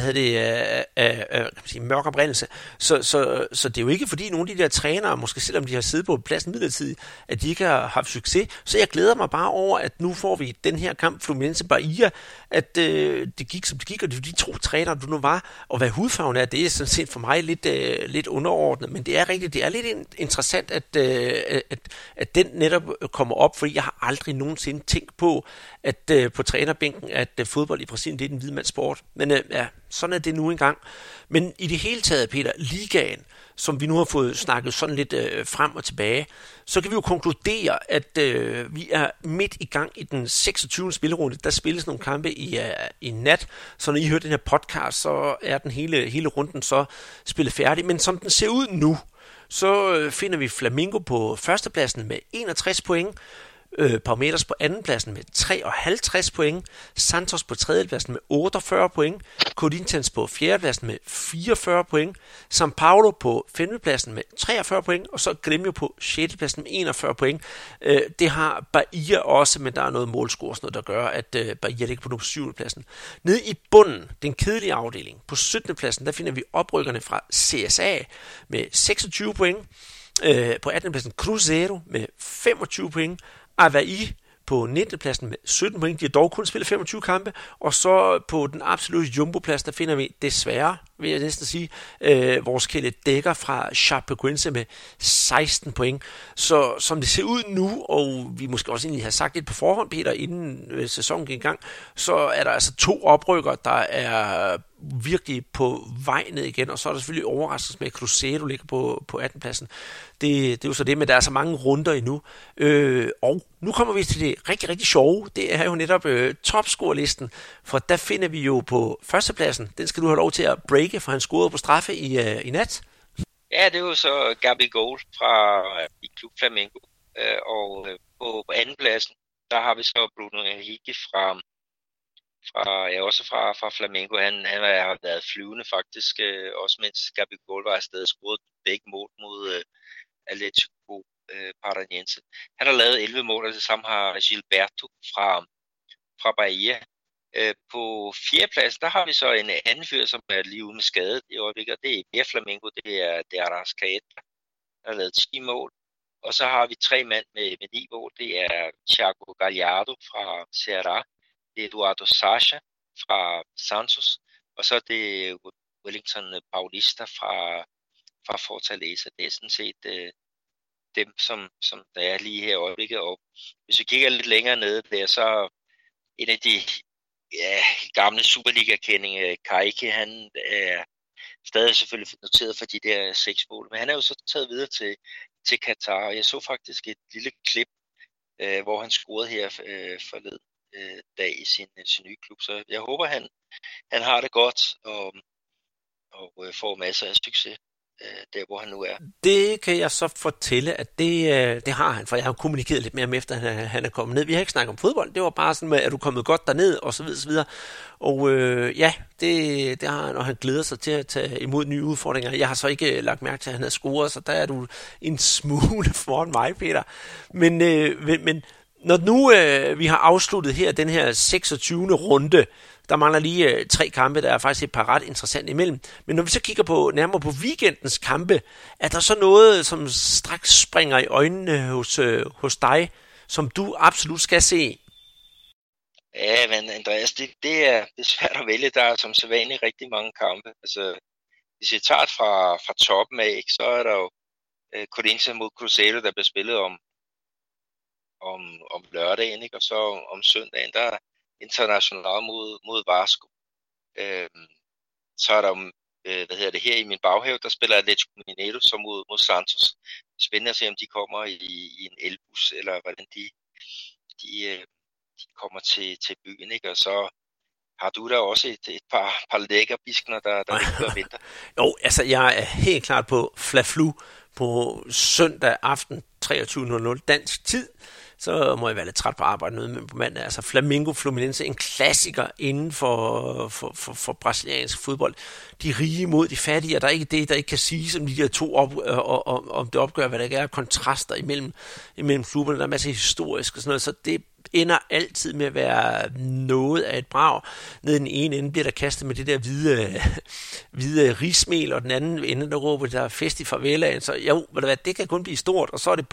mørk oprindelse. Så det er jo ikke fordi nogle af de der trænere, måske selvom de har siddet på pladsen midlertidigt, at de ikke har haft succes. Så jeg glæder mig bare over, at nu får vi den her kamp Fluminense Bahia, at det gik som det gik, og det er de to trænere, du nu var, og hvad hudfarven er, det er sådan set for mig lidt underordnet, men det er rigtigt, det er lidt interessant, at den netop kommer op, fordi jeg har aldrig nogensinde tænkt på, at på trænerbænken, at fodbold i Brasilien, det er den hvidmandssport. Men sådan er det nu engang. Men i det hele taget, Peter, ligaen, som vi nu har fået snakket sådan lidt frem og tilbage, så kan vi jo konkludere, at vi er midt i gang i den 26. spillerunde. Der spilles nogle kampe i nat, så når I hører den her podcast, så er den hele runden så spillet færdig. Men som den ser ud nu, så finder vi Flamengo på førstepladsen med 61 point, Palmeiras på andenpladsen med 53 point, Santos på tredjepladsen med 48 point, Corinthians på fjerdepladsen med 44 point, São Paulo på femtepladsen med 43 point, og så Grêmio på sjettepladsen med 41 point. Det har Bahia også, men der er noget målscore, der gør, at Bahia ligger på syvendepladsen. Nede i bunden, den kedelige afdeling, på 17. pladsen, der finder vi oprykkerne fra CSA med 26 point, på 18. pladsen Cruzeiro med 25 point, Avaí på 19. pladsen med 17 point. De har dog kun spillet 25 kampe. Og så på den absolutte jumbo-plads, der finder vi desværre, vil jeg næsten sige. Vores Kelle Dækker fra Chapecoense med 16 point. Så som det ser ud nu, og vi måske også egentlig har sagt lidt på forhånd, Peter, inden sæsonen gik i gang, så er der altså 2 oprykker, der er virkelig på vej ned igen, og så er der selvfølgelig overraskelse med, at Cruzeiro ligger på 18. pladsen. Det er jo så det, men der er så mange runder endnu. Og nu kommer vi til det rigtig, rigtig sjove. Det er jo netop topscore-listen, for der finder vi jo på førstepladsen. Den skal du have lov til at breake, for han scorede på straffe i nat. Ja, det er jo så Gabigol fra i Klub Flamengo. Og på anden pladsen, der har vi så Bruno Henrique fra Flamengo. Han har været flyvende faktisk, også mens Gabigol var afsted og scoret begge mål mod Atlético Paranaense. Han har lavet 11 mål, og det samme har Gilberto fra Bahia. På 4. plads, der har vi så en anden fyr, som er lige ude med skade i øjeblikket, det er mere Flamengo, det er Arrascaeta, der har lavet 10 mål. Og så har vi 3 mand med 9 mål, det er Thiago Gallardo fra Ceará, det er Eduardo Sacha fra Santos, og så er det Wellington Paulista fra Fortaleza. Det er sådan set dem, som der er lige her i øjeblikket. Og hvis vi kigger lidt længere nede der, så en af de gamle Superliga-kendinge, Kajke, han er stadig selvfølgelig noteret for de der 6 mål, men han er jo så taget videre til Katar, og jeg så faktisk et lille klip, hvor han scorede her forleden dag i sin nye klub, så jeg håber, han har det godt og får masser af succes der, hvor han nu er. Det kan jeg så fortælle, at det har han, for jeg har kommunikeret lidt mere med, efter han er kommet ned. Vi har ikke snakket om fodbold, det var bare sådan med, at du er kommet godt derned, og så videre, så videre. Og det har han, og han glæder sig til at tage imod nye udfordringer. Jeg har så ikke lagt mærke til, at han har scoret, så der er du en smule foran mig, Peter. Men når nu vi har afsluttet her den her 26. runde, der mangler lige 3 kampe, der er faktisk et par ret interessante imellem. Men når vi så kigger nærmere på weekendens kampe, er der så noget, som straks springer i øjnene hos dig, som du absolut skal se? Ja, men Andreas, det er svært at vælge. Der er som sædvanligt rigtig mange kampe. Altså, hvis jeg tager det fra toppen af, så er der jo Corinthians mod Cruzeiro, der bliver spillet om lørdagen, ikke? Og så om søndagen, der er International mod Vasco. Så er der her i min baghave, der spiller Atlético Mineiro som mod Santos. Spændende at se, om de kommer i en elbus, eller hvordan de kommer til byen, ikke? Og så har du der også et par lækker biskner, der ligger og venter. Jo, altså jeg er helt klart på Fla-Flu på søndag aften 23:00 dansk tid. Så må jeg være lidt træt på arbejde med på mandag. Altså Flamengo Fluminense, en klassiker inden for brasiliansk fodbold. De rige mod de fattige, og der er ikke det, der ikke kan siges om de der to om det opgør, hvad der er kontraster imellem klubberne. Der er masser af historisk og sådan noget, så det ender altid med at være noget af et brag. Nede i den ene ende bliver der kastet med det der hvide rismel, og den anden ende, der råber der fest i favelaen. Så jo, det kan kun blive stort, og så er det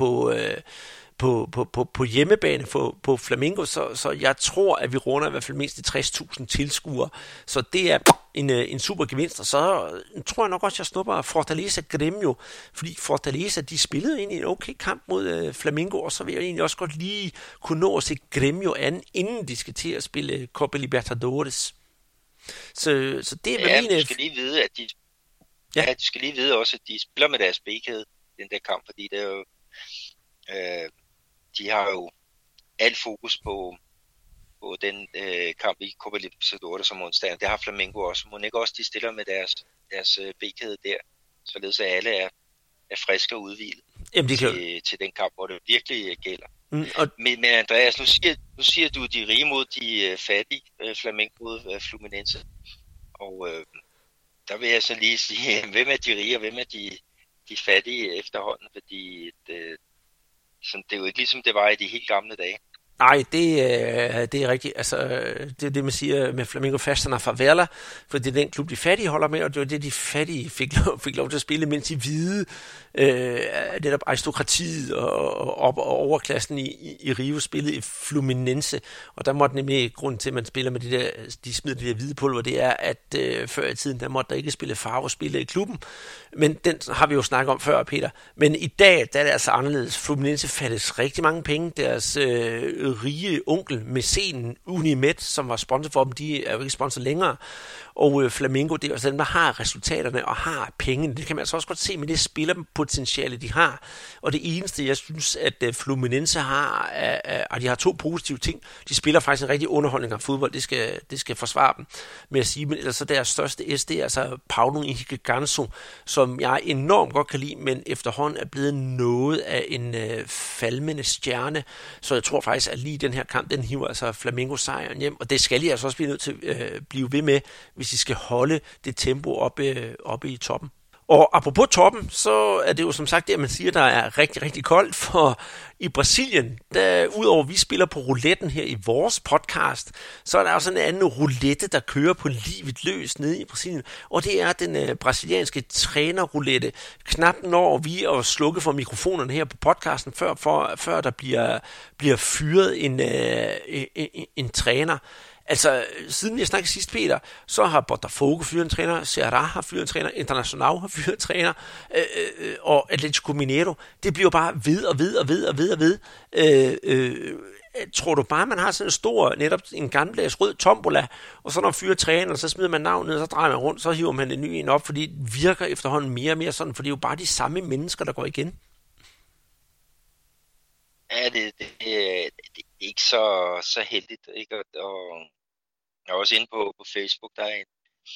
på hjemmebane på Flamengo, så jeg tror, at vi runder i hvert fald mindst de 60.000 tilskuere. Så det er en super gevinst, og så tror jeg nok også, at jeg snupper Fortaleza Grêmio, fordi Fortaleza, de spillede egentlig en okay kamp mod Flamengo, og så vil jeg egentlig også godt lige kunne nå at se Grêmio an, inden de skal til at spille Copa Libertadores. Så det er du skal lige vide, at du skal lige vide også, at de spiller med deres B-kæde i den der kamp, fordi det er jo de har jo alt fokus på den kamp i Copa Libertadores som onsdag. Det har Flamengo også. Må ikke også de stiller med deres B-kæde der, således at alle er friske og udhvilet til den kamp, hvor det virkelig gælder. Men Andreas, nu siger du de rige mod de fattige, Flamengo mod Fluminense. Og der vil jeg så lige sige, hvem er de rige og hvem er de fattige efterhånden, fordi det er jo ikke ligesom det var i de helt gamle dage. Nej, det er rigtigt. Altså, det er det, man siger med Flamengo Fastana Favela, for det er den klub, de fattige holder med, og det var det, de fattige fik lov til at spille, mens de hvide, netop aristokratiet og overklassen i Rio spillede i Fluminense, og der måtte nemlig, grunden til, at man spiller med de smider det der hvide pulver, det er, at før i tiden, der måtte der ikke spille farvespillere i klubben, men den har vi jo snakket om før, Peter. Men i dag, der er det altså anderledes. Fluminense fattes rigtig mange penge. Deres rige onkel, mæcenen Unimed, som var sponsor for dem, de er jo ikke sponsor længere. Og Flamengo, det er altså dem, der har resultaterne og har pengene. Det kan man altså også godt se med det spillerpotentiale, de har. Og det eneste, jeg synes, at Fluminense har, og de har 2 positive ting. De spiller faktisk en rigtig underholdning af fodbold. Det skal forsvare dem med at sige. Men ellers så deres største S, det er altså Paulo Henrique Ganso, som jeg enormt godt kan lide, men efterhånden er blevet noget af en falmende stjerne. Så jeg tror faktisk, at lige den her kamp, den hiver altså Flamengo sejren hjem. Og det skal de altså også blive nødt til at blive ved med, hvis de skal holde det tempo oppe i toppen. Og apropos toppen, så er det jo som sagt det, at man siger, der er rigtig, rigtig koldt, for i Brasilien, der udover at vi spiller på rouletten her i vores podcast, så er der også en anden roulette, der kører på livet løs nede i Brasilien, og det er den brasilianske trænerroulette. Knap når vi at slukke for mikrofonerne her på podcasten, før der bliver fyret en træner. Altså, siden jeg snakkede sidst, Peter, så har Botafogo fyret en træner, Ceará har fyret en træner, Internacional har fyret en træner, og Atlético Mineiro, det bliver bare ved. Tror du bare, man har sådan en stor, netop en gammeldags rød tombola, og så når man fyrer træneren, så smider man navnet ned, så drejer man rundt, så hiver man en ny en op, fordi det virker efterhånden mere og mere sådan, for det er jo bare de samme mennesker, der går igen. Ja, det er ikke så heldigt, ikke? Og jeg er også inde på Facebook, der er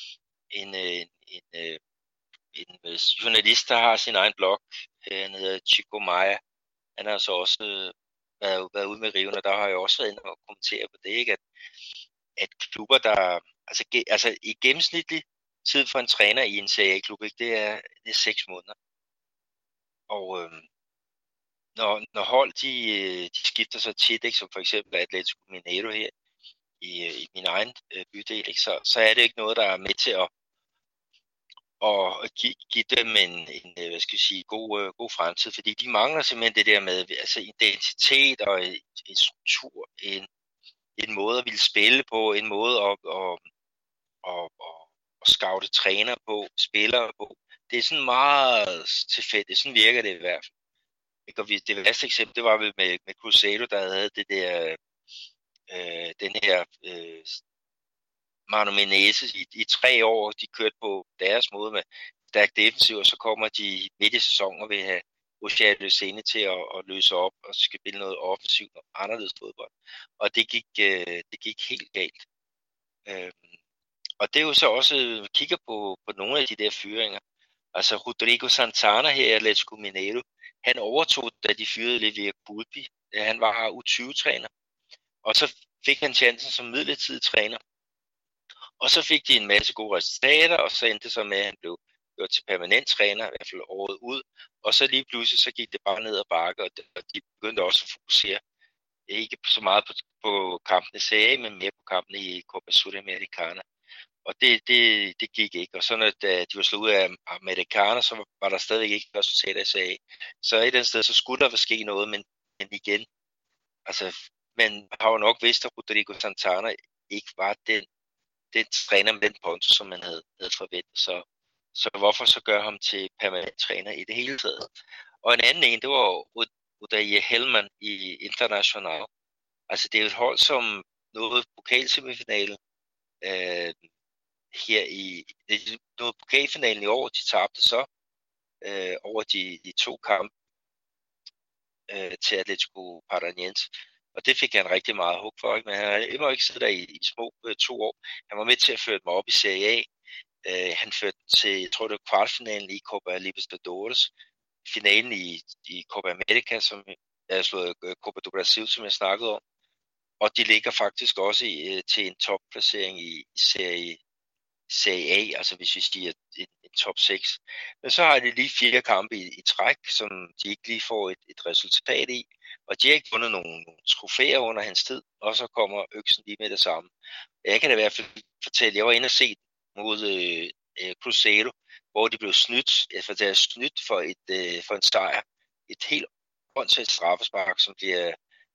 en journalist, der har sin egen blog, han hedder Chico Maia. Han har så også været ude med Riven, og der har jeg også været inde og kommentere på det, ikke? At klubber, der altså i gennemsnitlig tid for en træner i en Serie A-klub, ikke? Det er 6 måneder. Og når hold de skifter så tit, ikke, som for eksempel Atlético Mineiro her i min egen bydel, ikke, så er det ikke noget, der er med til at give dem en hvad skal jeg sige, god fremtid, fordi de mangler simpelthen det der med altså identitet og en struktur, en måde at ville spille på, en måde at scoute træner på, spillere på. Det er sådan meget tilfældigt, sådan virker det i hvert fald. Og det værste eksempel, det var vel med Cruzeiro, der havde det der, den her Mano Menezes i 3 år. De kørte på deres måde med stærk defensiv, og så kommer de midt i sæsonen og vil have Oshia Lucene til at løse op og skal spille noget offensivt og anderledes fodbold. Og det gik helt galt. Og det er jo så også, kigger på nogle af de der fyringer. Altså Rodrigo Santana her i Atlético Mineiro, han overtog, da de fyrede Livia Culpi. Han var U20-træner. Og så fik han chancen som midlertidig træner. Og så fik de en masse gode resultater, og så endte det så med, at han blev gjort til permanent træner, i hvert fald året ud. Og så lige pludselig, så gik det bare ned ad bakke, og de begyndte også at fokusere ikke så meget på kampene i Serie A, men mere på kampene i Copa Sudamericana. Og det gik ikke. Og så når de var slået ud af Amerikaner, så var der stadig ikke resultater i Serie A. Så et eller andet sted, så skulle der ske noget, men igen, altså, man har jo nok vidst, at Rodrigo Santana ikke var den træner med den ponto, som man havde forventet. Så hvorfor så gøre ham til permanent træner i det hele taget? Og en anden det var Odair Hellmann i Internacional. Altså det er et hold, som nåede pokalsemifinalen her nåede pokalfinalen i år. De tabte så over de 2 kampe til Atlético Paranaense. Og det fik han rigtig meget hug for, ikke? Men han har endnu ikke siddet der i små 2 år. Han var med til at føre dem op i Serie A. Han førte til, jeg tror det var kvartfinalen i Copa Libertadores, finalen i Copa America, som er slået Copa do Brasil, som jeg snakkede om. Og de ligger faktisk også til en topplacering i Serie A, altså hvis vi siger en top 6. Men så har de lige 4 kampe i træk, som de ikke lige får et resultat i. Og de har ikke vundet nogle trofæer under hans tid, og så kommer øksen lige med det samme. Jeg kan da i hvert fald fortælle, jeg var inde og set mod Cruzeiro, hvor de blev snydt, for deres snydt for en sejr. Et helt åndssvagt straffespark, som bliver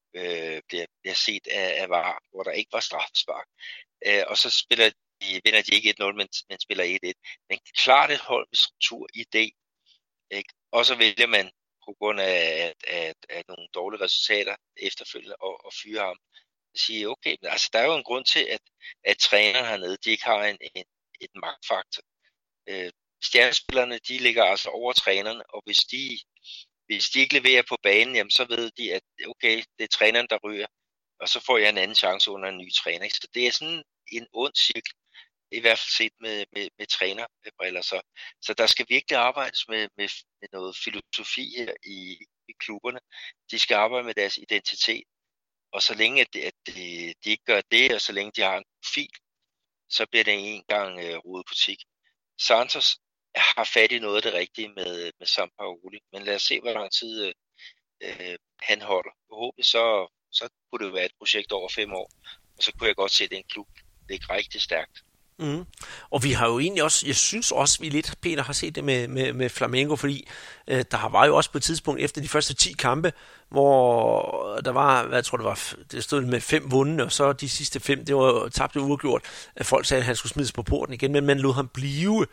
set af VAR, hvor der ikke var straffespark. Og så vinder de ikke 1-0, men spiller 1-1. Men klart et hold med struktur, idé. Ikke? Og så vælger man på grund af nogle dårlige resultater efterfølgende og fyre ham. Og sige, okay, men altså, der er jo en grund til, at træneren hernede, de ikke har et magtfaktor. Stjernespillerne, de ligger altså over trænerne, og hvis de ikke leverer på banen, jamen, så ved de, at okay, det er træneren, der ryger, og så får jeg en anden chance under en ny træner. Ikke? Så det er sådan en ond cykel, i hvert fald set med trænerbriller. Så der skal virkelig arbejdes med noget filosofi her i klubberne. De skal arbejde med deres identitet, og så længe at de ikke gør det, og så længe de har en profil, så bliver det en gang rodebutik. Santos har fat i noget af det rigtige med Sampaoli, men lad os se, hvor lang tid han holder. Forhåbentlig så kunne det jo være et projekt over 5 år, og så kunne jeg godt se den klub ligge rigtig stærkt. Mm. Og vi har jo egentlig også, jeg synes også, vi lidt, Peter, har set det med Flamengo, fordi der var jo også på et tidspunkt efter de første 10 kampe, hvor der var, hvad jeg tror det var, det stod med 5 vundne, og så de sidste 5, det var tabt og uafgjort, at folk sagde, at han skulle smides på porten igen, men man lod ham blive.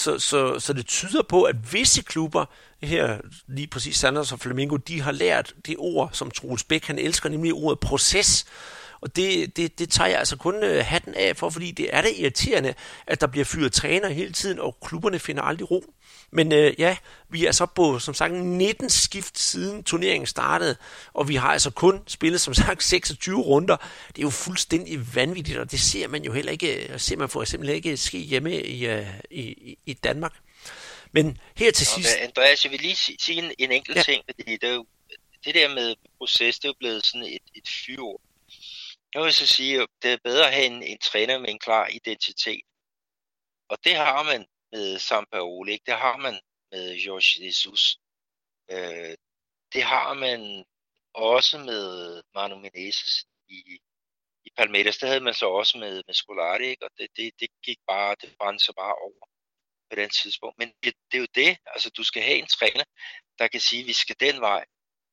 Så det tyder på, at visse klubber, her lige præcis Santos og Flamengo, de har lært det ord, som Troels Bæk, han elsker, nemlig ordet proces. Og det tager jeg altså kun hatten af for, fordi det er da irriterende, at der bliver fyret træner hele tiden, og klubberne finder aldrig ro. Men ja, vi er så på, som sagt, 19 skift siden turneringen startede, og vi har altså kun spillet, som sagt, 26 runder. Det er jo fuldstændig vanvittigt, og det ser man jo heller ikke, ser man for eksempel ikke ske hjemme i Danmark. Men her til sidst... Andreas, jeg vil lige sige en enkelt ting, fordi det der med proces, det er jo blevet sådan et fyreord. Jeg vil så sige, at det er bedre at have en træner med en klar identitet. Og det har man med Sampaoli, ikke? Det har man med Jorge Jesus. Det har man også med Manu Menezes i Palmeiras. Det havde man så også med Scolari, ikke? Og det gik bare, det brændte sig bare over på den tidspunkt. Men det er jo det, altså du skal have en træner, der kan sige, at vi skal den vej.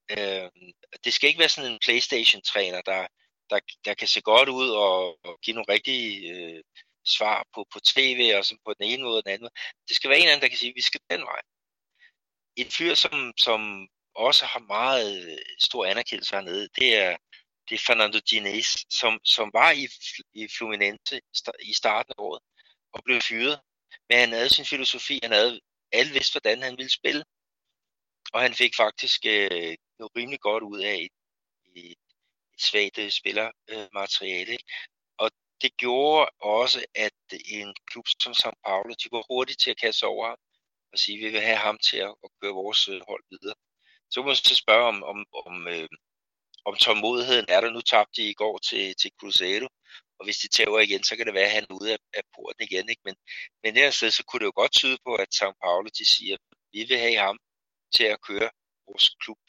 Det skal ikke være sådan en PlayStation-træner, der kan se godt ud og give nogle rigtige svar på tv, og som på den ene måde og den anden måde. Det skal være en eller anden, der kan sige, at vi skal den vej. En fyr, som også har meget stor anerkendelse hernede, det er Fernando Diniz, som var i Fluminense i starten af året, og blev fyret. Men han havde sin filosofi, alle vidste, hvordan han ville spille. Og han fik faktisk noget rimelig godt ud af et svagt spillermateriale. Og det gjorde også, at en klub som São Paulo, de var hurtigt til at kaste over ham og sige, at vi vil have ham til at køre vores hold videre. Så må man så spørge om tålmodigheden er der. Nu tabte de i går til Cruzeiro, og hvis de tager igen, så kan det være, at han er ude af porten igen. Ikke? Men ellers så kunne det jo godt tyde på, at São Paulo, de siger, at vi vil have ham til at køre vores klub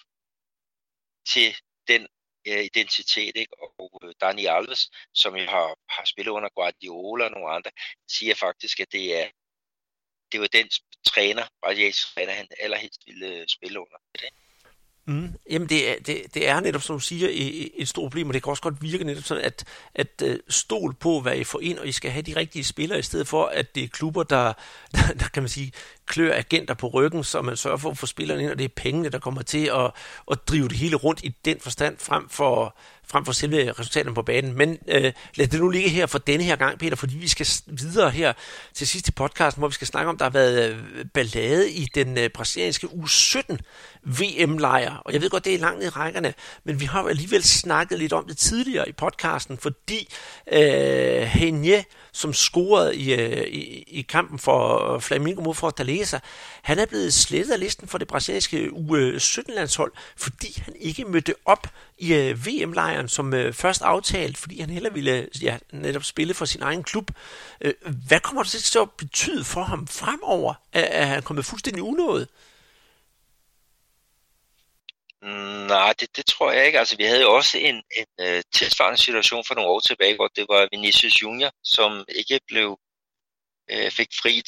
til den identitet, ikke? Og Dani Alves, som jo har spillet under Guardiola og nogle andre, siger faktisk, at det var den træner, brasiliansk træner, han allerhelst ville spille under. Jamen det er netop, som du siger, et stort problem, og det kan også godt virke netop sådan, at stol på, hvad I får ind, og I skal have de rigtige spillere, i stedet for, at det er klubber, der kan man sige, klør agenter på ryggen, så man sørger for at få spillerne ind, og det er pengene, der kommer til at drive det hele rundt i den forstand, frem for selve resultaterne på banen. Men lad det nu ligge her for denne her gang, Peter, fordi vi skal videre her til sidst i podcasten, hvor vi skal snakke om, der har været ballade i den brasilianske U17 VM-lejr. Og jeg ved godt, det er langt ned i rækkerne, men vi har jo alligevel snakket lidt om det tidligere i podcasten, fordi Henje, som scorede i kampen for Flamengo mod Fortaleza, han er blevet slettet af listen for det brasilianske U17-landshold, fordi han ikke mødte op i VM-lejren som først aftalt, fordi han hellere ville netop spille for sin egen klub. Hvad kommer det til at betyde for ham fremover, at han kommet fuldstændig unådet? Nej, det tror jeg ikke. Altså, vi havde jo også en tilsvarende situation for nogle år tilbage, hvor det var Vinicius Junior, som ikke fik fri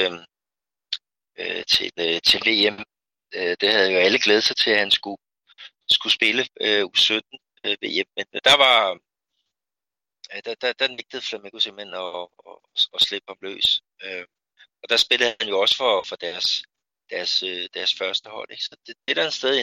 til VM. Det havde jo alle glædet sig til, at han skulle spille U17 VM, men der nægtede Flamengo simpelthen at slippe ham løs. Og der spillede han jo også for deres første hold, ikke? Så det er der et sted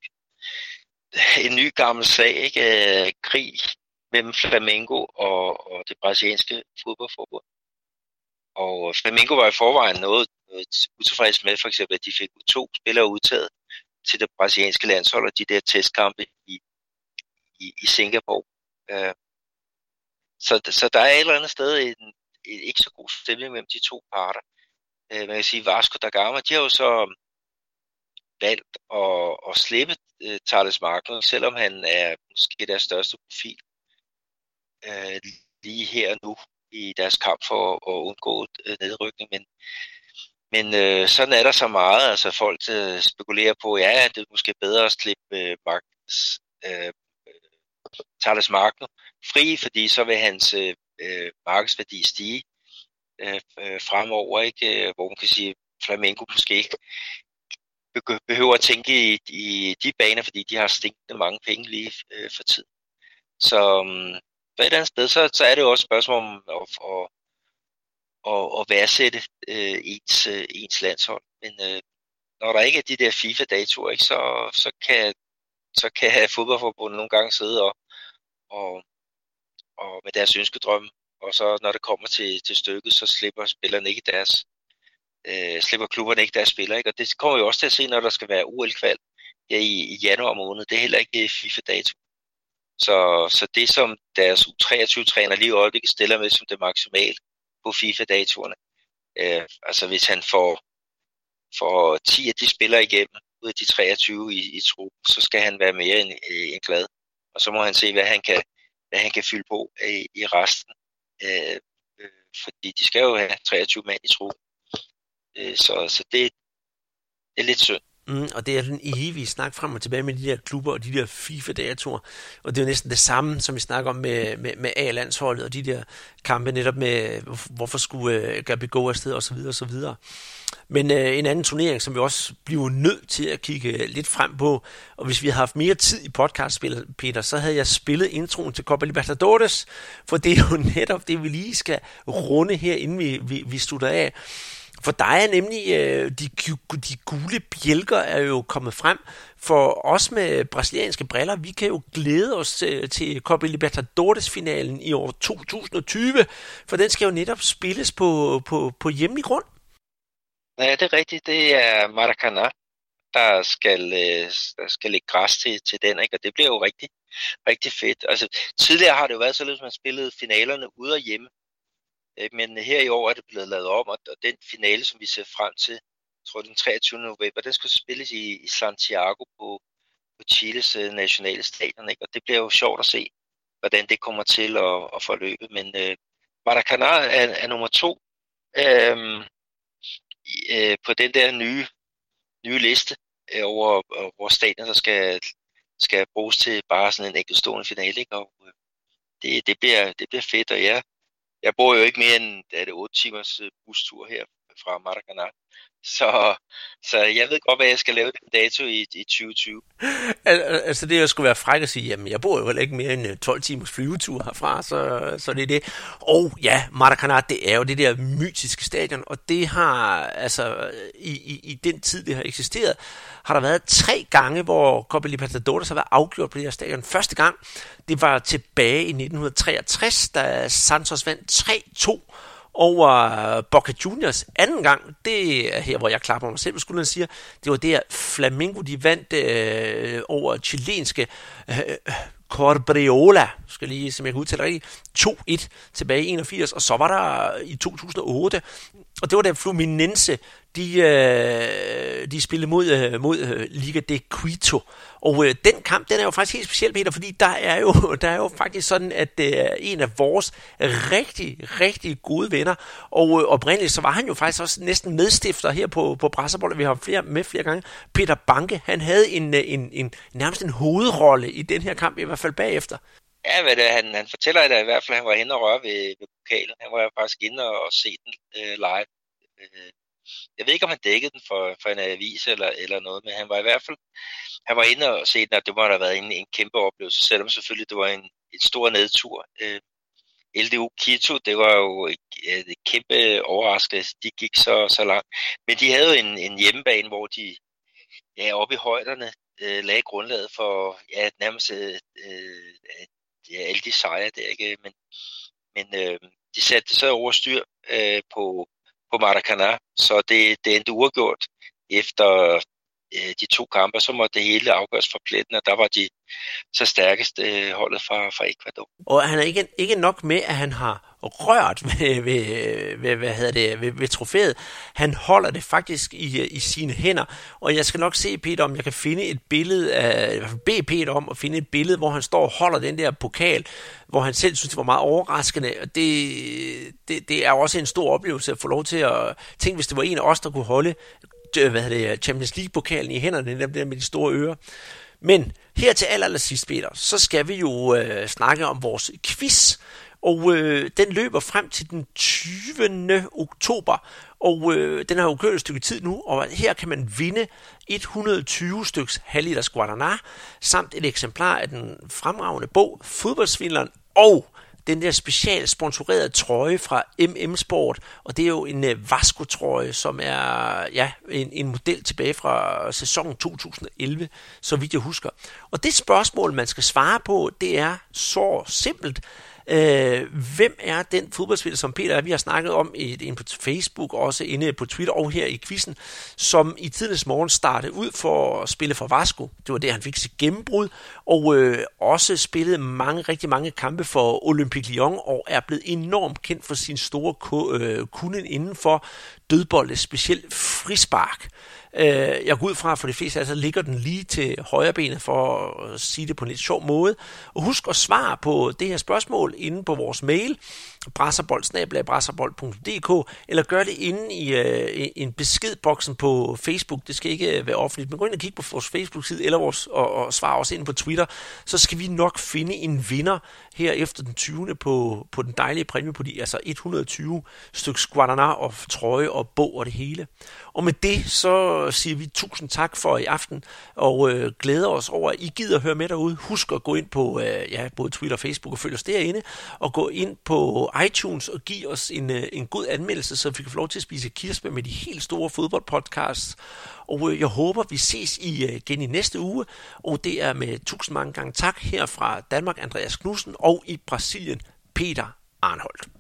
en ny gammel sag, ikke? Krig mellem Flamengo og det brasilianske fodboldforbund. Og Flamengo var i forvejen noget utilfreds med, for eksempel, at de fik 2 spillere udtaget til det brasilianske landshold, og de der testkampe i Singapore. Så der er et eller andet sted en ikke så god stemning mellem de 2 parter. Man kan sige, Vasco da Gama, de har jo så valgt at slippe Thales Magno, selvom han er måske deres største profil lige her nu i deres kamp for at undgå nedrykning. Men sådan er der så meget. Altså folk spekulerer på, ja, det er måske bedre at slippe Thales Magno fri, fordi så vil hans markedsværdi stige fremover, ikke? Hvor man kan sige, Flamengo måske ikke behøver at tænke i de baner, fordi de har stinkende mange penge lige for tid. Så på et eller andet sted, så er det jo også et spørgsmål om at værdsætte ens landshold. Men når der ikke er de der FIFA-datoer, ikke, så kan fodboldforbundet nogle gange sidde og med deres ønskedrømme, og så når det kommer til stykket, så slipper klubberne ikke deres spillere, ikke? Og det kommer jo også til at se, når der skal være OL-kval i januar måned. Det er heller ikke FIFA-dato. Så det, som deres U23-træner lige i øjeblikket stiller med som det maksimale på FIFA-datoerne, altså hvis han får 10 af de spillere igennem ud af de 23 i truppen, så skal han være mere end glad. Og så må han se, hvad han kan fylde på i resten. Fordi de skal jo have 23 mand i truppen. Så det er lidt synd. Og det er den evige snak frem og tilbage med de der klubber og de der FIFA-datoer. Og det er jo næsten det samme, som vi snakker om med A-landsholdet og de der kampe netop med, hvorfor skulle Gabigol afsted og så videre og så videre. Men en anden turnering, som vi også bliver nødt til at kigge lidt frem på, og hvis vi havde haft mere tid i podcastspillet, Peter, så havde jeg spillet introen til Copa Libertadores, for det er jo netop det, vi lige skal runde her, inden vi slutter af. For der er nemlig, de gule bjælker er jo kommet frem. For os med brasilianske briller, vi kan jo glæde os til Copa Libertadores-finalen i år 2020, for den skal jo netop spilles på hjemlig grund. Ja, det er rigtigt. Det er Maracanã, der skal lægge græs til den, ikke? Og det bliver jo rigtig, rigtig fedt. Altså, tidligere har det jo været således, at man spillede finalerne ude og hjemme. Men her i år er det blevet lavet om, og den finale, som vi ser frem til, jeg tror den 23. november, den skal spilles i Santiago på Chiles nationale stadion, ikke? Og det bliver jo sjovt at se, hvordan det kommer til at forløbe. Men Maracanã er nummer 2 på den der nye liste over stadion, der skal bruges til bare sådan en enkeltstående finale, ikke? Og det bliver fedt, og jeg bor jo ikke mere end 8 timers bustur her fra Maracanã. Så jeg ved godt, hvad jeg skal lave den dato i 2020. Altså det, jeg skulle være fræk at sige, jamen jeg bor jo heller ikke mere end 12 timers flyvetur herfra, så det er det. Og ja, Maracanã, det er jo det der mytiske stadion, og det har, altså i den tid, det har eksisteret, har der været 3 gange, hvor Copa Libertadores har været afgjort på det her stadion. Første gang, det var tilbage i 1963, da Santos vandt 3-2 over Boca Juniors. Anden gang, det er her, hvor jeg klapper mig selv på skulderen og siger, det var der Flamengo, de vandt over chilenske Corbriola, skal lige, som jeg kan udtale rigtigt, 2-1 tilbage i 81, og så var der i 2008 og det var da Fluminense, de spillede mod Liga de Quito. Og den kamp, den er jo faktisk helt speciel, Peter, fordi der er jo faktisk sådan, at en af vores rigtig, rigtig gode venner, og oprindeligt så var han jo faktisk også næsten medstifter her på Brasserbold, vi har flere gange. Peter Banke, han havde nærmest en hovedrolle i den her kamp, i hvert fald bagefter. Ja, han fortæller da i hvert fald, at han var henne og røre ved pokalen. Han var faktisk inde og se den live. Jeg ved ikke, om han dækkede den for en avis eller noget, men han var i hvert fald inde og se den, og det må da have været en kæmpe oplevelse, selvom selvfølgelig det var en stor nedtur. LDU Quito, det var jo et kæmpe overraskelse, de gik så langt. Men de havde jo en hjemmebane, hvor de oppe i højderne lagde grundlaget for nærmest alle de sejre der, ikke? Men de satte sig over styr på Maracanã, så det endte uafgjort efter de 2 kampe, så måtte det hele afgøres for pletten, og der var de så stærkeste holdet fra Ecuador. Og han er ikke nok med, at han har rørt ved trofæet. Han holder det faktisk i sine hænder, og jeg skal nok se, Peter, om jeg kan finde et billede af, i hvert fald bede Peter om at finde et billede, hvor han står og holder den der pokal, hvor han selv synes, det var meget overraskende, og det er også en stor oplevelse at få lov til at tænke, hvis det var en af os, der kunne holde Champions League-pokalen i hænderne, der med de store ører. Men her til allersidst, Peter, så skal vi jo snakke om vores quiz, og den løber frem til den 20. oktober, og den har jo kørt et stykke tid nu, og her kan man vinde 120 styks halvliters Guaraná, samt et eksemplar af den fremragende bog Fodboldsvindleren, og den der specielt sponsorerede trøje fra MM Sport, og det er jo en Vasco-trøje, som er en model tilbage fra sæsonen 2011, så vidt jeg husker. Og det spørgsmål, man skal svare på, det er så simpelt. Hvem er den fodboldspiller, som Peter vi har snakket om inde på Facebook, også inde på Twitter og her i quizzen, som i tidens morgen startede ud for at spille for Vasco. Det var det, han fik sit gennembrud, og også spillede rigtig mange kampe for Olympique Lyon, og er blevet enormt kendt for sin store kunnen inden for dødbolde, specielt frispark. Jeg går ud fra, for de fleste altså ligger den lige til højre benet, for at sige det på en lidt sjov måde. Og husk at svare på det her spørgsmål inde på vores mail, brasserbold@brasserbold.dk, eller gør det inde i en beskedboksen på Facebook. Det skal ikke være offentligt, men gå ind og kig på vores Facebook-side, eller og svare også ind på Twitter, så skal vi nok finde en vinder her efter den 20. på den dejlige præmie på de 120 stykker Guaraná og trøje og bog og det hele. Og med det, så siger vi tusind tak for i aften, og glæder os over, at I gider høre med derude. Husk at gå ind på både Twitter og Facebook og følg os derinde, og gå ind på iTunes og give os en god anmeldelse, så vi kan få lov til at spise kirsebær med de helt store fodboldpodcasts. Og jeg håber, vi ses igen i næste uge, og det er med 1000 mange gange tak her fra Danmark, Andreas Knudsen, og i Brasilien, Peter Arnholdt.